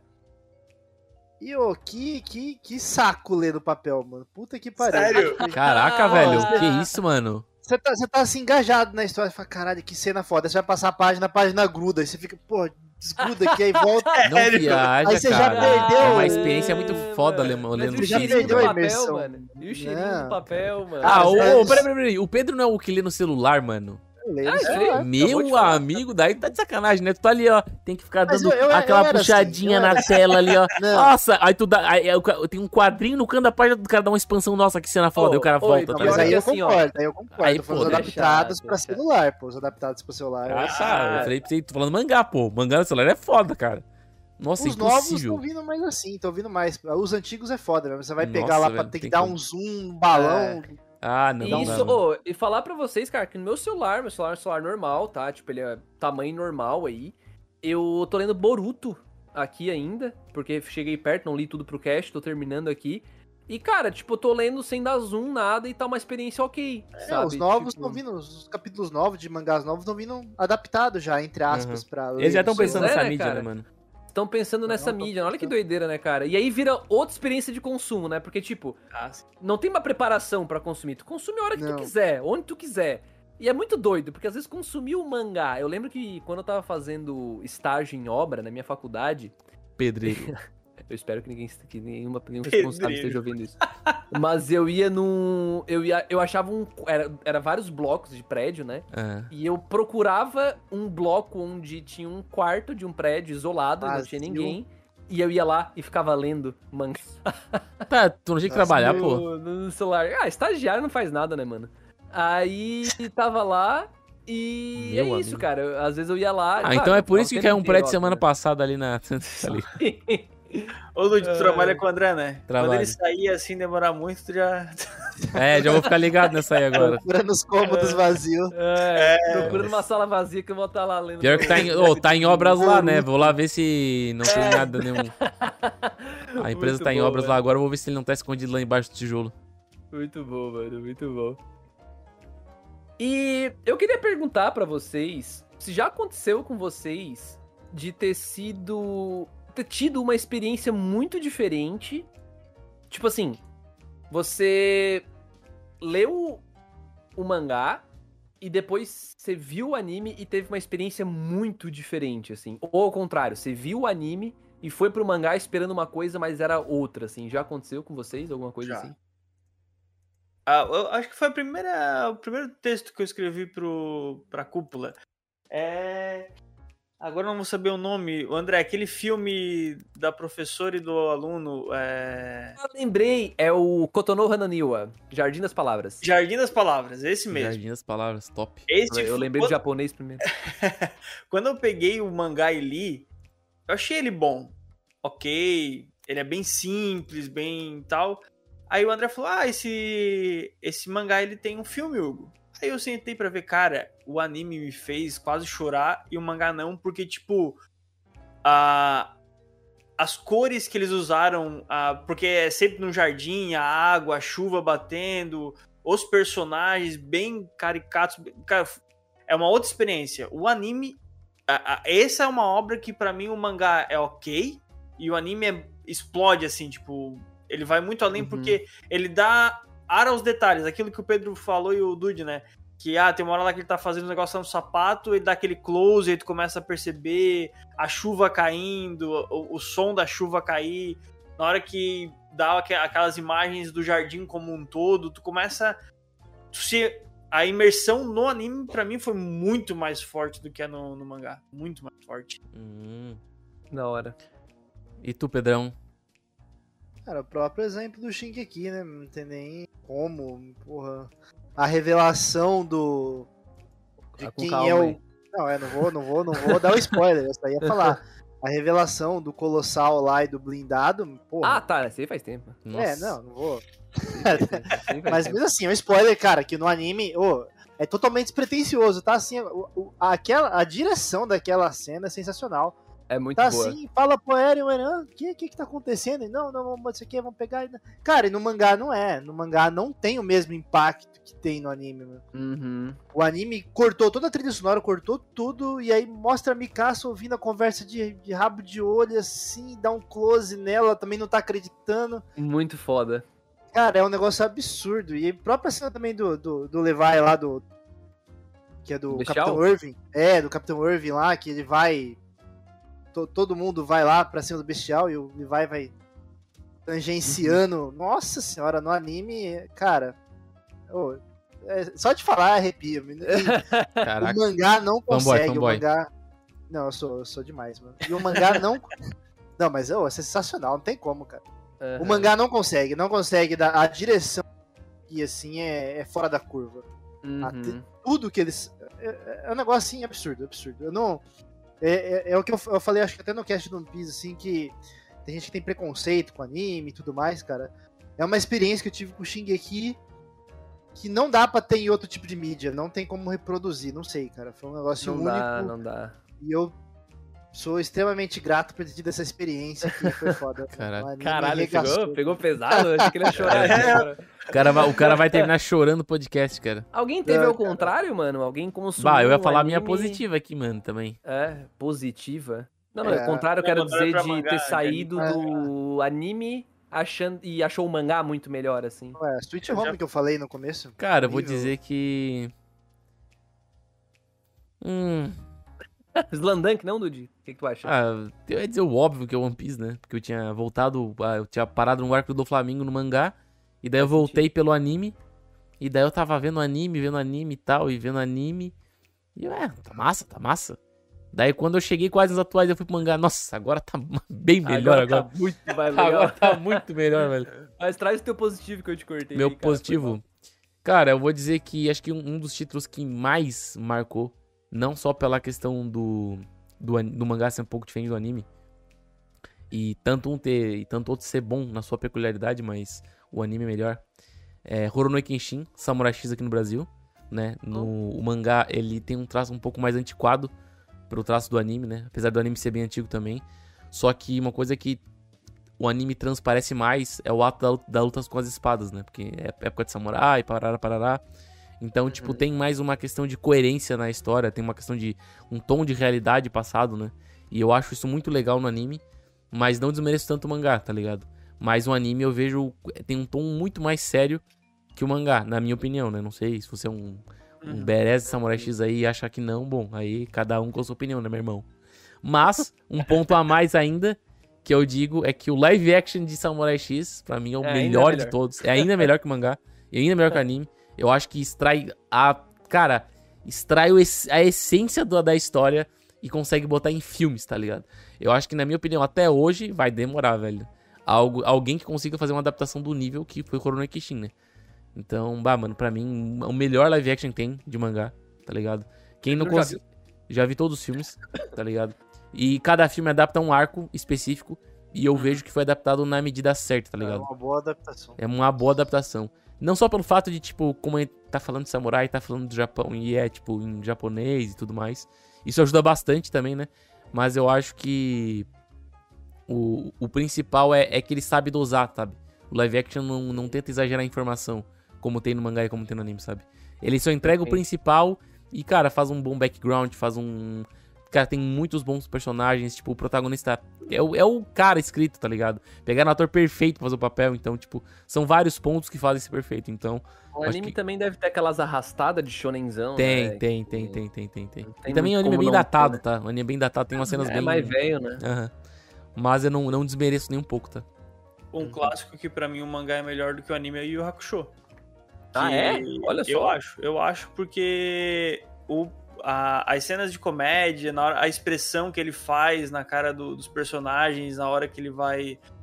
E que saco ler no papel, mano. Puta que pariu. Sério? Caraca, Ah, velho. você- Que isso, mano? Você tá assim engajado na história, fala, caralho, que cena foda. Aí você vai passar a página gruda, aí você fica, pô, desgruda aqui, aí volta. Não viaja, Aí você já cara. perdeu. É uma experiência muito É, foda mano. lendo Mas e o já texto, cheirinho do perdeu a mano. papel, imersão. mano? E o cheirinho Não. do papel, mano? Ah, mas- peraí. O Pedro não é o que lê no celular, mano? Eu leio no sei. celular. Acabou de Meu falar. amigo, daí tá de sacanagem, né? Tu tá ali, ó, tem que ficar Mas dando eu aquela era puxadinha assim, eu na era tela ali, ó. Não. Nossa, aí tu dá. Aí, tem um quadrinho no canto da página do cara dá uma expansão, nossa, que cena foda, Ô, aí o cara oi, volta, não, tá Mas Pior aí que eu assim, ó. concordo, Aí, Tô falando pô, os é adaptados chato, pra é chato. celular, pô. Os adaptados pro celular. Ah, eu- tá. Eu falei, tô falando mangá, pô. Mangá no celular é foda, cara. Nossa, Os novos impossível. estão vindo mais assim, estão vindo mais. Os antigos é foda, né? Você vai pegar Nossa, lá pra velho, ter que tem dar como. um zoom, um balão. Ah, não, E não isso, dá, mano. e falar pra vocês, cara, que no meu celular é um celular normal, tá? Tipo, ele é tamanho normal aí. Eu tô lendo Boruto aqui ainda, porque cheguei perto, não li tudo pro cast, tô terminando aqui. E, cara, tipo, eu tô lendo sem dar zoom, nada, e tá uma experiência ok, sabe? Os novos Tipo, estão vindo, os capítulos novos de mangás novos estão vindo adaptados já, entre aspas, pra ler Eles já no estão pensando Pois é, nessa né, mídia, cara? né, mano? Estão pensando nessa Não, tô mídia, olha que pensando. doideira, né, cara? E aí vira outra experiência de consumo, né? Porque, tipo, não tem uma preparação pra consumir. Tu consome a hora que tu Não. quiser, onde tu quiser. E é muito doido, porque às vezes consumir o mangá. Eu lembro que quando eu tava fazendo estágio em obra na minha faculdade, Pedreiro. eu espero que nenhum responsável esteja ouvindo isso. Mas eu ia num. Eu achava Era vários blocos de prédio, né? Ah. E eu procurava um bloco onde tinha um quarto de um prédio isolado, e não tinha Vazio. ninguém. E eu ia lá e ficava lendo mangá Tá, tu não tinha que Nossa, trabalhar, pô. no celular. Ah, estagiário não faz nada, né, mano? Aí tava lá e Meu é isso, amigo. cara. Às vezes eu ia lá. Ah, então é por isso que caiu um prédio semana passada ali na. ali. Ô, Lud, tu trabalha com o André, né? Trabalho. Quando ele sair assim, demorar muito, tu já. É, já vou ficar ligado nessa aí agora. Procurando os cômodos vazios. Procura numa sala vazia que eu vou estar lá lendo. Pior que tá em obras lá, né? Vou lá ver se não tem nada nenhum. A empresa Muito tá em bom, obras velho. lá agora, eu vou ver se ele não tá escondido lá embaixo do tijolo. Muito bom, mano, muito bom. E eu queria perguntar pra vocês se já aconteceu com vocês de ter tido uma experiência muito diferente. Tipo assim, você leu o mangá e depois você viu o anime e teve uma experiência muito diferente, assim. Ou ao contrário, você viu o anime e foi pro mangá esperando uma coisa, mas era outra, assim. Já aconteceu com vocês alguma coisa Já. assim? Eu acho que foi o primeiro texto que eu escrevi pra Cúpula. Agora eu não vou saber o nome. O André, aquele filme da professora e do aluno. Eu lembrei, é o Kotonou Hananiwa, Jardim das Palavras. Jardim das Palavras, esse mesmo. Jardim das palavras, top. Esse Eu foi- lembrei do japonês primeiro. Quando eu peguei o mangá e li, eu achei ele bom. Ok, ele é bem simples, bem tal. Aí o André falou, esse mangá ele tem um filme, Hugo. Aí eu sentei pra ver, cara, o anime me fez quase chorar e o mangá não, porque, tipo, as cores que eles usaram, porque é sempre no jardim, a água, a chuva batendo, os personagens bem caricatos, cara, é uma outra experiência. O anime, essa é uma obra que pra mim o mangá é ok, e o anime explode, assim, tipo, ele vai muito além porque ele dá ar aos detalhes, aquilo que o Pedro falou e o Dude, né? Que tem uma hora lá que ele tá fazendo um negócio lá no sapato, ele dá aquele close, aí tu começa a perceber a chuva caindo, o som da chuva cair, na hora que dá aquelas imagens do jardim como um todo, tu começa... A imersão no anime, pra mim, foi muito mais forte do que no mangá. Muito mais forte. Na hora. E tu, Pedrão? Cara, o próprio exemplo do Shingeki, né? Não tem nem como, porra, a revelação de Tá com quem calma é o... aí. Não vou dar o spoiler, eu só ia falar. A revelação do Colossal lá e do Blindado, porra. Ah, tá, esse aí faz tempo. Não vou. Esse aí faz Mas tempo. mesmo assim, é um spoiler, cara, que no anime, é totalmente despretensioso, tá? Assim, a direção daquela cena é sensacional. É muito Tá boa. assim, fala pro Eren, o Eren, o que tá acontecendo? E não, isso aqui, vamos pegar. Cara, e no mangá não é. No mangá não tem o mesmo impacto que tem no anime, mano. Uhum. O anime cortou toda a trilha sonora, cortou tudo, e aí mostra a Mikasa ouvindo a conversa de rabo de olho, assim, dá um close nela, também não tá acreditando. Muito foda. Cara, é um negócio absurdo. E a própria cena também do Levi lá, que é do Bestial? Capitão Irving. É, do Capitão Irving lá, que ele vai... todo mundo vai lá pra cima do Bestial e o Levi vai tangenciando. Nossa senhora, no anime, cara... só de falar arrepia. Caraca. O mangá não consegue. Fanboy. O mangá... Não, eu sou demais, mano. E o mangá não... Não, mas é sensacional, não tem como, cara. O mangá não consegue dar a direção e assim é fora da curva. Uhum. Tudo que eles... É um negócio assim absurdo. Eu não... É o que eu falei, acho que até no cast do One Piece, assim, que tem gente que tem preconceito com anime e tudo mais, cara. É uma experiência que eu tive com o Shingeki que não dá pra ter em outro tipo de mídia, não tem como reproduzir, não sei, cara. Foi um negócio único. Não dá. E eu sou extremamente grato por ter tido essa experiência que foi foda. Caraca. O anime Caralho, arregaçou. pegou pesado? Eu achei que ele ia chorar. O cara vai terminar chorando o podcast, cara. Alguém teve Não, ao cara. contrário, mano? Alguém consumiu Bah, eu ia um falar a minha anime- positiva aqui, mano, também. É, positiva. Não, É. ao contrário, eu Não, quero contrário dizer pra de mangá, ter de saído anime. do anime e achou o mangá muito melhor, assim. Ué, Sweet Home que eu falei no começo. Cara, eu vou horrível. dizer que... Slandunk, não, Dudy? O que tu acha? Eu ia dizer o óbvio que é One Piece, né? Porque eu tinha voltado... eu tinha parado no arco do Flamengo no mangá. E daí eu Faz voltei pelo anime. E daí eu tava vendo anime e tal. E vendo anime. E tá massa. Daí quando eu cheguei quase nos atuais, eu fui pro mangá. Nossa, agora tá bem melhor agora. Tá muito mais legal. Agora tá muito melhor, velho. Mas traz o teu positivo que eu te cortei. Meu aí, cara, positivo. Cara, eu vou dizer que acho que um dos títulos que mais marcou, não só pela questão do mangá ser um pouco diferente do anime, e tanto outro ser bom na sua peculiaridade, mas o anime é melhor, é Rurouni Kenshin, Samurai X aqui no Brasil, né? O mangá, ele tem um traço um pouco mais antiquado pro traço do anime, né? Apesar do anime ser bem antigo também. Só que uma coisa que o anime transparece mais é o ato da luta com as espadas, né? Porque é época de samurai, parará. Então, tipo, tem mais uma questão de coerência na história, tem uma questão de um tom de realidade passado, né? E eu acho isso muito legal no anime, mas não desmereço tanto o mangá, tá ligado? Mas o anime eu vejo tem um tom muito mais sério que o mangá, na minha opinião, né? Não sei se você é um badass de Samurai X aí e achar que não, bom, aí cada um com a sua opinião, né, meu irmão? Mas, um ponto a mais ainda, que eu digo, é que o live action de Samurai X, pra mim, é o melhor de todos. É ainda melhor que o mangá, e ainda melhor que o anime. Eu acho que extrai a essência da história e consegue botar em filmes, tá ligado? Eu acho que, na minha opinião, até hoje vai demorar, velho. Alguém que consiga fazer uma adaptação do nível que foi Rurouni Kenshin, né? Então, mano, pra mim, o melhor live action que tem de mangá, tá ligado? Quem não consegue... Já vi todos os filmes, tá ligado? E cada filme adapta um arco específico e eu vejo que foi adaptado na medida certa, tá É ligado? uma boa adaptação. É uma boa adaptação. Não só pelo fato de, tipo, como ele tá falando de samurai, tá falando do Japão e tipo, em japonês e tudo mais. Isso ajuda bastante também, né? Mas eu acho que o principal é que ele sabe dosar, sabe? O live action não tenta exagerar a informação, como tem no mangá e como tem no anime, sabe? Ele só entrega o principal e, cara, faz um bom background, Cara, tem muitos bons personagens, tipo, o protagonista é o cara escrito, tá ligado? Pegaram um ator perfeito pra fazer o papel, então, tipo, são vários pontos que fazem esse perfeito, então... O anime também deve ter aquelas arrastadas de shonenzão, Tem. né? Tem. Tem E também o muito anime é como bem não datado, ter, tá? O anime é bem datado, tem umas cenas bem... É mais velho, né? Aham. Mas eu não desmereço nem um pouco, tá? Um clássico que pra mim o mangá é melhor do que o anime é Yu Yu Hakusho. Ah, Que é? Olha só. Eu acho porque as cenas de comédia, a expressão que ele faz na cara dos personagens, na hora que ele vai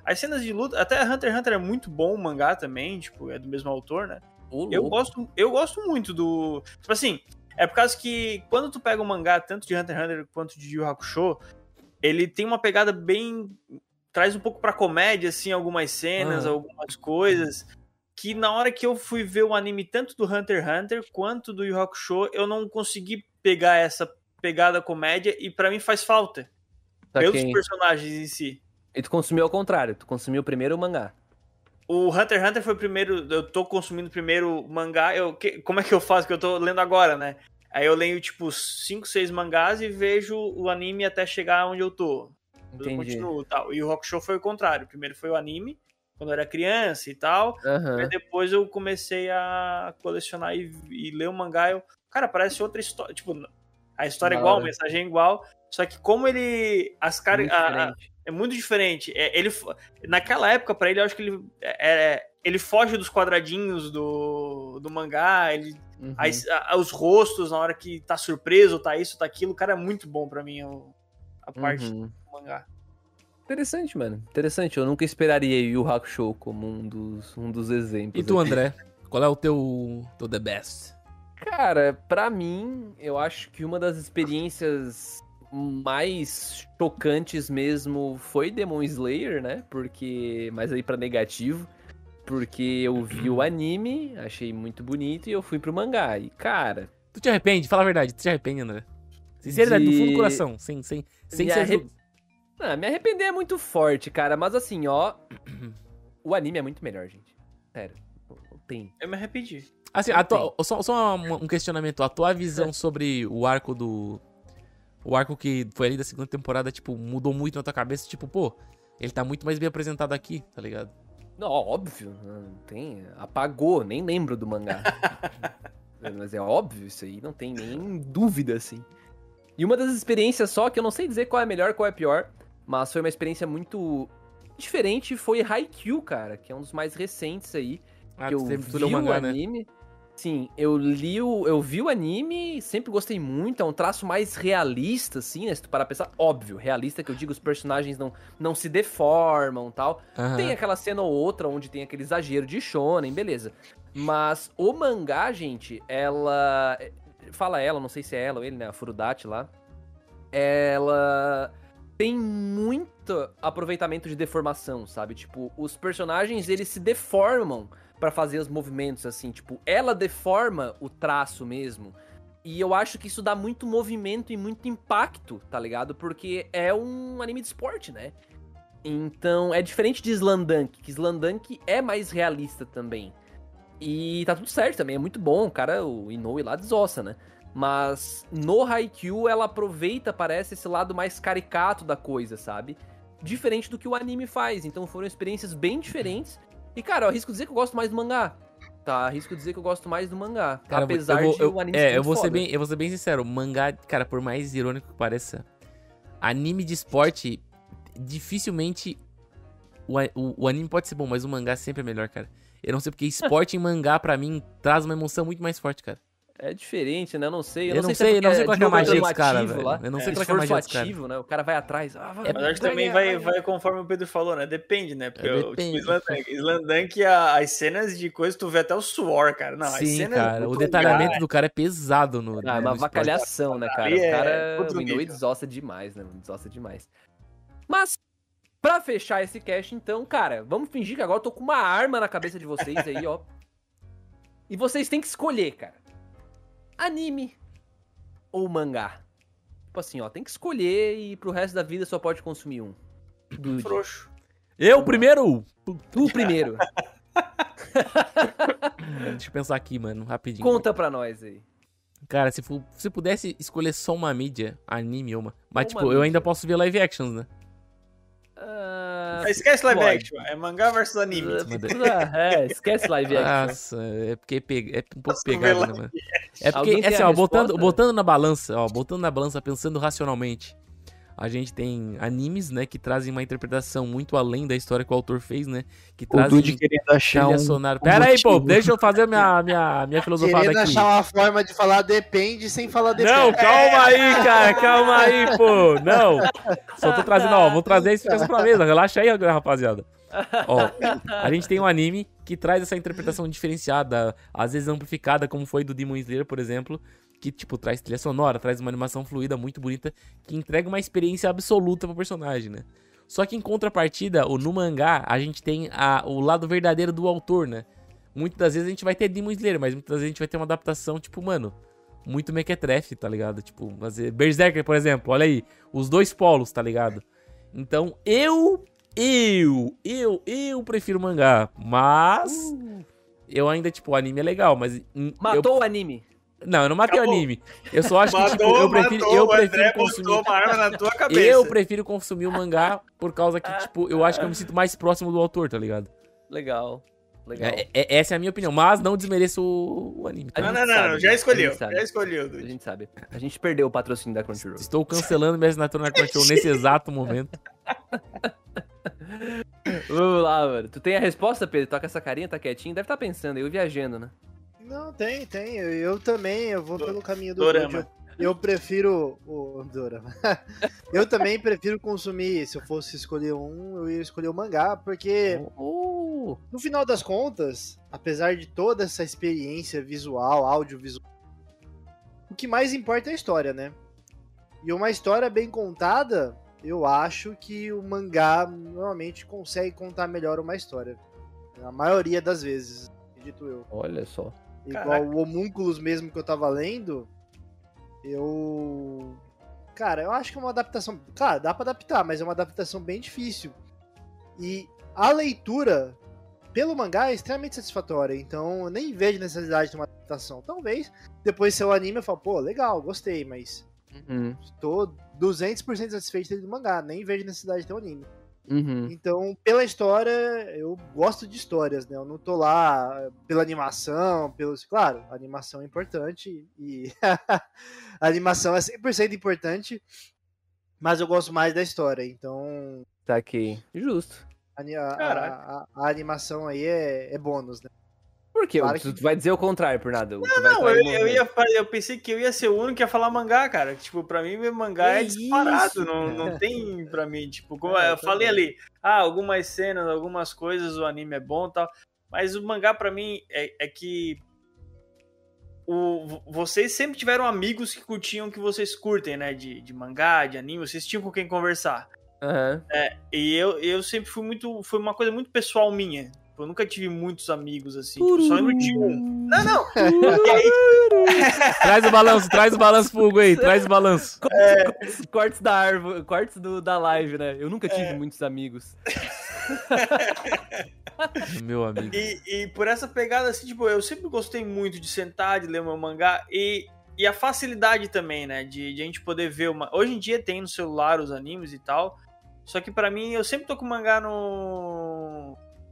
As cenas de luta, até Hunter x Hunter é muito bom o mangá também, tipo, é do mesmo autor, né? Eu gosto muito do... Tipo assim, é por causa que quando tu pega um mangá, tanto de Hunter x Hunter quanto de Yu Yu Hakusho, ele tem uma pegada bem... Traz um pouco pra comédia, assim, algumas cenas, algumas coisas, que na hora que eu fui ver o anime tanto do Hunter x Hunter quanto do Yu Yu Hakusho, eu não consegui pegar essa pegada comédia e pra mim faz falta. Pelos personagens em si. E tu consumiu ao contrário, tu consumiu primeiro o mangá. O Hunter x Hunter foi o primeiro, eu tô consumindo primeiro o mangá, como é que eu faço que eu tô lendo agora, né? Aí eu leio, tipo, 5, 6 mangás e vejo o anime até chegar onde eu tô. Entendi. Eu continuo, tal. E o Hakusho foi o contrário, primeiro foi o anime, quando eu era criança e tal, aí depois eu comecei a colecionar e ler o mangá, cara, parece outra história, tipo, a história é igual, a mensagem é igual, só que como ele, é muito diferente. Naquela época, pra ele, eu acho que ele foge dos quadradinhos do mangá, os rostos, na hora que tá surpreso, tá isso, tá aquilo, cara, é muito bom pra mim a parte do mangá. Interessante, mano. Interessante. Eu nunca esperaria Yu Yu Hakusho como um dos exemplos. E tu, André? Qual é o teu The Best? Cara, pra mim, eu acho que uma das experiências mais chocantes mesmo foi Demon Slayer, né? Mas aí pra negativo. Porque eu vi o anime, achei muito bonito e eu fui pro mangá. E, cara... Tu te arrepende? Fala a verdade. Tu te arrepende, André? Sinceridade, do fundo do coração. Sem ser... me arrepender é muito forte, cara. Mas assim, ó... O anime é muito melhor, gente. Sério. Não tem... Eu me arrependi. Assim, só um questionamento. A tua visão sobre o arco do... O arco que foi ali da segunda temporada, tipo, mudou muito na tua cabeça. Tipo, pô, ele tá muito mais bem apresentado aqui, tá ligado? Não, óbvio. Não tem... Apagou, nem lembro do mangá. Mas é óbvio isso aí. Não tem nem dúvida, assim. E uma das experiências só, que eu não sei dizer qual é a melhor, qual é a pior, mas foi uma experiência muito diferente, foi Haikyuu, cara, que é um dos mais recentes aí. Que eu vi o mangá, anime. Né? Sim, eu vi o anime, sempre gostei muito, é um traço mais realista, assim, né, se tu parar pra pensar, óbvio, realista, que eu digo, os personagens não se deformam e tal. Tem aquela cena ou outra onde tem aquele exagero de shonen, beleza. Mas o mangá, gente, não sei se é ela ou ele, né, a Furudate lá, ela tem muito aproveitamento de deformação, sabe? Tipo, os personagens, eles se deformam pra fazer os movimentos, assim, tipo, ela deforma o traço mesmo, e eu acho que isso dá muito movimento e muito impacto, tá ligado? Porque é um anime de esporte, né? Então, é diferente de Slandunk, que Slandunk é mais realista também. E tá tudo certo também, é muito bom, o Inoue lá desossa, né? Mas no Haikyuu ela aproveita, parece, esse lado mais caricato da coisa, sabe? Diferente do que o anime faz, então foram experiências bem diferentes. E, cara, eu arrisco dizer que eu gosto mais do mangá. Tá, arrisco dizer que eu gosto mais do mangá. Cara, apesar de o anime ser eu vou ser bem sincero. Mangá, cara, por mais irônico que pareça, anime de esporte, dificilmente o anime pode ser bom, mas o mangá sempre é melhor, cara. Eu não sei porque esporte em mangá, pra mim, traz uma emoção muito mais forte, cara. É diferente, né? Eu não sei qual é a magia dos caras, velho. Eu não sei qual é a magia dos caras. Né? O cara vai atrás. Mas acho que também vai conforme o Pedro falou, né? Depende, né? Porque tipo, Slandunk, as cenas de coisa, tu vê até o suor, cara. Não, sim, cara. O detalhamento do cara é pesado no... É uma avacalhação, né, cara? O cara... O Inoue desossa demais, né? Desossa demais. Mas, pra fechar esse cast, então, cara, vamos fingir que agora eu tô com uma arma na cabeça de vocês aí, ó. E vocês têm que escolher, cara. Anime ou mangá? Tipo assim, ó, tem que escolher e pro resto da vida só pode consumir um. Frouxo. Eu primeiro? Tu primeiro. Deixa eu pensar aqui, mano, rapidinho. Conta pra nós aí. Cara, se pudesse escolher só uma mídia, anime ou uma... Mas, tipo, eu ainda posso ver live actions, né? Esquece live action, é mangá versus anime. Esquece live action. Nossa, é porque é um pouco pegado, né, mano? É porque, assim, ó, botando na balança, pensando racionalmente, a gente tem animes, né, que trazem uma interpretação muito além da história que o autor fez, né? Que trazem querendo achar sonora. Pera aí, pô, deixa eu fazer a minha filosofada querendo aqui. Achar uma forma de falar depende sem falar depende. Não, calma aí, cara, calma aí, pô. Não, só tô trazendo, vou trazer a explicação pra mesa, relaxa aí, rapaziada. Ó, a gente tem um anime que traz essa interpretação diferenciada, às vezes amplificada, como foi do Demon Slayer, por exemplo, que, tipo, traz trilha sonora, traz uma animação fluida muito bonita, que entrega uma experiência absoluta pro personagem, né? Só que em contrapartida, no mangá, a gente tem o lado verdadeiro do autor, né? Muitas das vezes a gente vai ter Demon Slayer, mas muitas vezes a gente vai ter uma adaptação, tipo, mano, muito mequetrefe, tá ligado? Tipo, Berserker, por exemplo, olha aí, os dois polos, tá ligado? Então, eu prefiro mangá, mas eu ainda, tipo, o anime é legal, mas... Matou o anime. Não, eu não matei Acabou. o anime. Eu só acho que, tipo, eu prefiro consumir... Botou uma arma na tua cabeça. Eu prefiro consumir o mangá por causa que, tipo, eu acho que eu me sinto mais próximo do autor, tá ligado? Legal. Legal. Essa é a minha opinião, mas não desmereço o anime, tá? Não, já escolheu. A gente sabe. Já escolheu, A Dude. gente sabe. A gente perdeu o patrocínio da Crunchyroll. Estou cancelando minha assinatura na Crunchyroll nesse exato momento. Vamos lá, mano. Tu tem a resposta, Pedro? Toca essa carinha, tá quietinho. Deve estar pensando, eu viajando, né? Não, tem. Eu também, eu vou pelo caminho do Dorama. Dude. Eu prefiro o Dorama. Eu também prefiro consumir, se eu fosse escolher eu ia escolher o mangá, porque no final das contas, apesar de toda essa experiência visual, audiovisual, o que mais importa é a história, né? E uma história bem contada, eu acho que o mangá normalmente consegue contar melhor uma história. Na maioria das vezes, acredito eu. Olha só. Igual Caraca. o Homúnculos mesmo que eu tava lendo, Cara, eu acho que é uma adaptação... Claro, dá pra adaptar, mas é uma adaptação bem difícil. E a leitura pelo mangá é extremamente satisfatória, então eu nem vejo necessidade de uma adaptação. Talvez, depois se o anime eu falo, pô, legal, gostei, mas estou 200% satisfeito do mangá, nem vejo necessidade de ter um anime. Então, pela história, eu gosto de histórias, né? Eu não tô lá pela animação, Claro, a animação é importante e a animação é 100% importante, mas eu gosto mais da história, então... Tá aqui. Justo. A animação aí é bônus, né? Por quê? Claro Tu que- vai dizer o contrário, por nada. Eu pensei que eu ia ser o único que ia falar mangá, cara. Tipo, pra mim, meu mangá é Que disparado. isso, Não tem pra mim. Tipo, como É, eu falei ali, algumas cenas, algumas coisas, o anime é bom e tal. Mas o mangá, pra mim, é que vocês sempre tiveram amigos que curtiam o que vocês curtem, né? De mangá, de anime, vocês tinham com quem conversar. E eu sempre fui muito. Foi uma coisa muito pessoal minha. Eu nunca tive muitos amigos assim. Tipo, só lembro de um. Não. E aí, Traz o balanço pro Hugo aí, traz o balanço. Cortes da árvore, cortes da live, né? Eu nunca tive muitos amigos. Meu amigo. e por essa pegada, assim, tipo, eu sempre gostei muito de sentar, de ler o meu mangá. E a facilidade também, né? De a gente poder ver uma. Hoje em dia tem no celular os animes e tal. Só que pra mim, eu sempre tô com o mangá no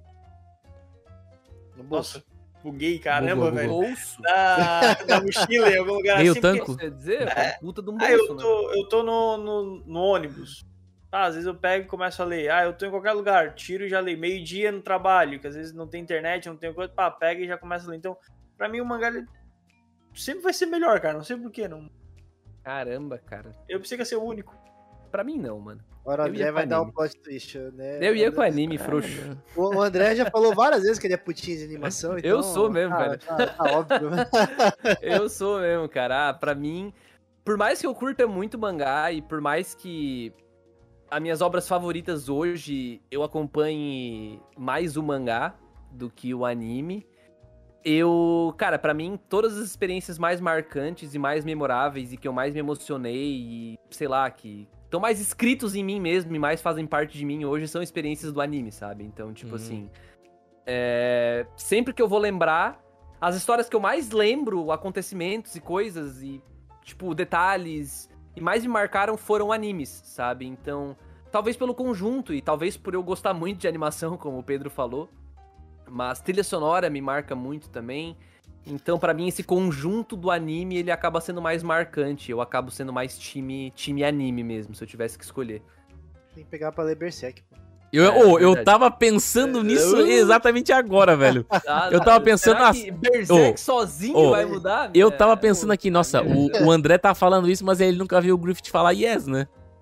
bolso. Nossa, buguei, caramba, Bugou. velho. Bolso? Na mochila, em algum lugar Meio assim. tanco. Quer dizer, puta de um Aí bolso, né? eu tô no ônibus. Às vezes eu pego e começo a ler. Eu tô em qualquer lugar, tiro e já leio. Meio-dia no trabalho, que às vezes não tem internet, não tem coisa. Pega e já começa a ler. Então, pra mim, o mangá ele sempre vai ser melhor, cara. Não sei porquê. Não... Caramba, cara. Eu pensei que ia ser o único. Pra mim não, mano. Agora o Eu ia André com vai dar anime. um plot twist, né? Eu ia com anime, frouxo. O André já falou várias vezes que ele é putinho de animação, então... Eu sou mesmo, velho. Tá óbvio. Eu sou mesmo, cara. Pra mim, por mais que eu curta muito mangá e por mais que as minhas obras favoritas hoje eu acompanhe mais o mangá do que o anime, cara, pra mim, todas as experiências mais marcantes e mais memoráveis e que eu mais me emocionei e, sei lá, que estão mais escritos em mim mesmo e mais fazem parte de mim hoje são experiências do anime, sabe? Então, tipo assim, sempre que eu vou lembrar, as histórias que eu mais lembro, acontecimentos e coisas e, tipo, detalhes e mais me marcaram foram animes, sabe? Então, talvez pelo conjunto e talvez por eu gostar muito de animação, como o Pedro falou, mas trilha sonora me marca muito também. Então, pra mim, esse conjunto do anime, ele acaba sendo mais marcante. Eu acabo sendo mais time anime mesmo, se eu tivesse que escolher. Tem que pegar pra ler Berserk, pô. Eu verdade. tava pensando nisso exatamente agora, velho. Eu tava pensando será que Berserk sozinho vai mudar? Eu tava pensando aqui, nossa, o André tá falando isso, mas ele nunca viu o Griffith falar yes, né?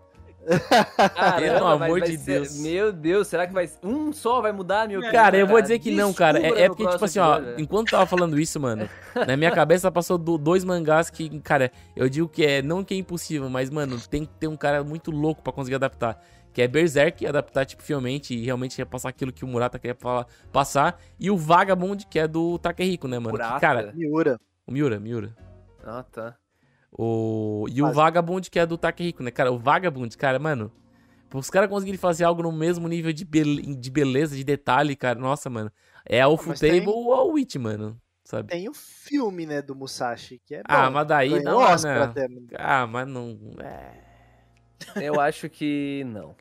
Caramba, Pelo amor vai de ser- Deus. Meu Deus, será que vai... Um só vai mudar, meu Cara, eu vou dizer que não, cara. Descubra É no porque, tipo próximo assim, ó, episódio, velho. enquanto eu tava falando isso, mano, na minha cabeça passou dois mangás que, cara, eu digo que não que é impossível, mas, mano, tem que ter um cara muito louco pra conseguir adaptar. Que é Berserk, adaptar, tipo, fielmente e realmente repassar aquilo que o Murata queria passar. E o Vagabond, que é do Takehiko, né, mano? Que, Murata? cara, Miura. o Miura. Ah, tá. E o Mas- Vagabond, que é do Takehiko, né? Cara, o Vagabond, cara, mano... Os caras conseguirem fazer algo no mesmo nível de beleza, de detalhe, cara. Nossa, mano. É a Ufotable tem- ou a Witch, mano. Sabe? Tem o filme, né, do Musashi, que é bom. Ah, mas daí Ganhou não, Oscar né? até, mano. Ah, mas não... Eu acho que não.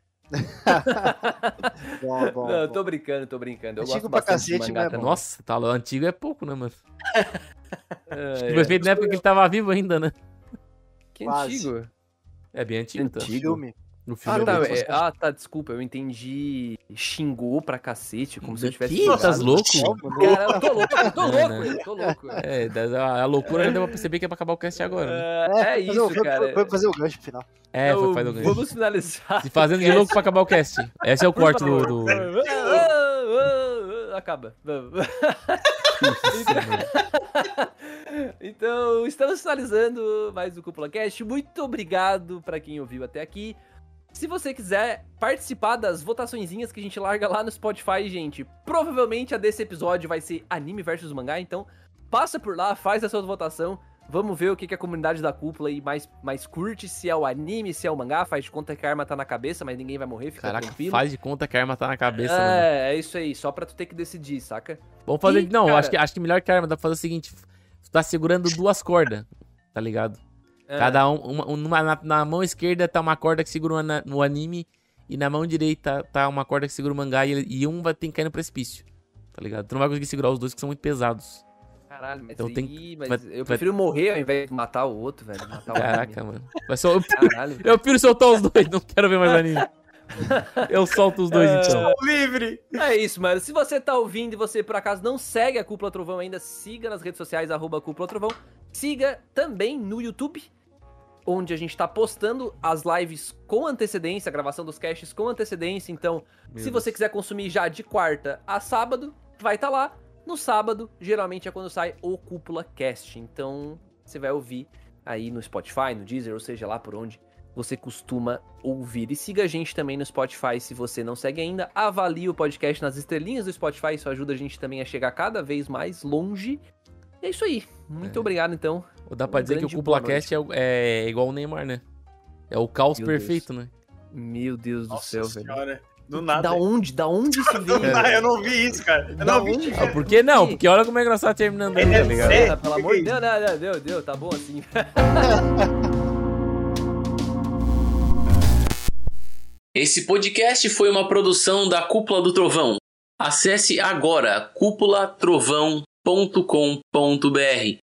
Bom. Não, tô brincando. Eu Antigo gosto pra bastante de cacete, mangá mas também. Nossa, tá antigo é pouco, né, mano? É, Foi feito na época que ele tava vivo ainda, né? Que Quase. antigo. É bem antigo, tá? Antigo. Filme. No Ah, filme tá, é bem- tá, desculpa, eu entendi. Xingou pra cacete, como se eu tivesse. Que? Tá xingado. louco? Cara, eu tô louco, Não. eu tô louco. É, a loucura já deu pra perceber que é pra acabar o cast agora, né? É fazer isso, cara. Foi fazer o gancho no final. É, Então, faz o ganho. Vamos finalizar. Se fazendo de louco pra acabar o cast. Esse é o corte do... Acaba. Então, estamos finalizando mais o Cúpula Cast. Muito obrigado pra quem ouviu até aqui. Se você quiser participar das votaçõezinhas que a gente larga lá no Spotify, gente, provavelmente a desse episódio vai ser anime versus mangá, então passa por lá, faz a sua votação. Vamos ver o que a comunidade da Cúpula aí mais curte, se é o anime, se é o mangá. Faz de conta que a arma tá na cabeça, mas ninguém vai morrer, fica Caraca, tranquilo. faz de conta que a arma tá na cabeça, mano. É isso aí, só pra tu ter que decidir, saca? Vamos fazer... E, Não, cara- acho que melhor que a arma dá pra fazer o seguinte. Tu tá segurando duas cordas, tá ligado? É. Cada na mão esquerda tá uma corda que segura no anime e na mão direita tá uma corda que segura o mangá e um vai ter que cair no precipício, tá ligado? Tu não vai conseguir segurar os dois que são muito pesados. Caralho, mas, Então mas eu prefiro morrer ao invés de matar o outro, velho. Matar o Caraca, anime. mano. Mas só, Caralho. eu prefiro soltar os dois, não quero ver mais anime. Eu solto os dois então. Livre! É isso, mano. Se você tá ouvindo e você, por acaso, não segue a Cúpula Trovão ainda, siga nas redes sociais, @Cúpula Trovão. Siga também no YouTube, onde a gente tá postando as lives com antecedência, a gravação dos casts com antecedência. Então, se você quiser consumir já de quarta a sábado, vai tá lá. No sábado, geralmente é quando sai o Cúpula Cast. Então, você vai ouvir aí no Spotify, no Deezer, ou seja, lá por onde você costuma ouvir. E siga a gente também no Spotify, se você não segue ainda. Avalie o podcast nas estrelinhas do Spotify, isso ajuda a gente também a chegar cada vez mais longe. E é isso aí. Muito obrigado, então. Ou dá pra dizer que o grande Cúpula boa noite. Cast é igual o Neymar, né? É o caos Meu Deus. perfeito, né? Meu Deus do Nossa céu, velho. senhora. Do nada. Da onde isso veio? Ah, eu não vi isso, cara. Eu Da não vi. onde? Ah, por que não? Porque olha como é engraçado terminando aí, tá ligado? Ah, pelo amor de Deus, não, deu, tá bom assim. Esse podcast foi uma produção da Cúpula do Trovão. Acesse agora cúpulatrovão.com.br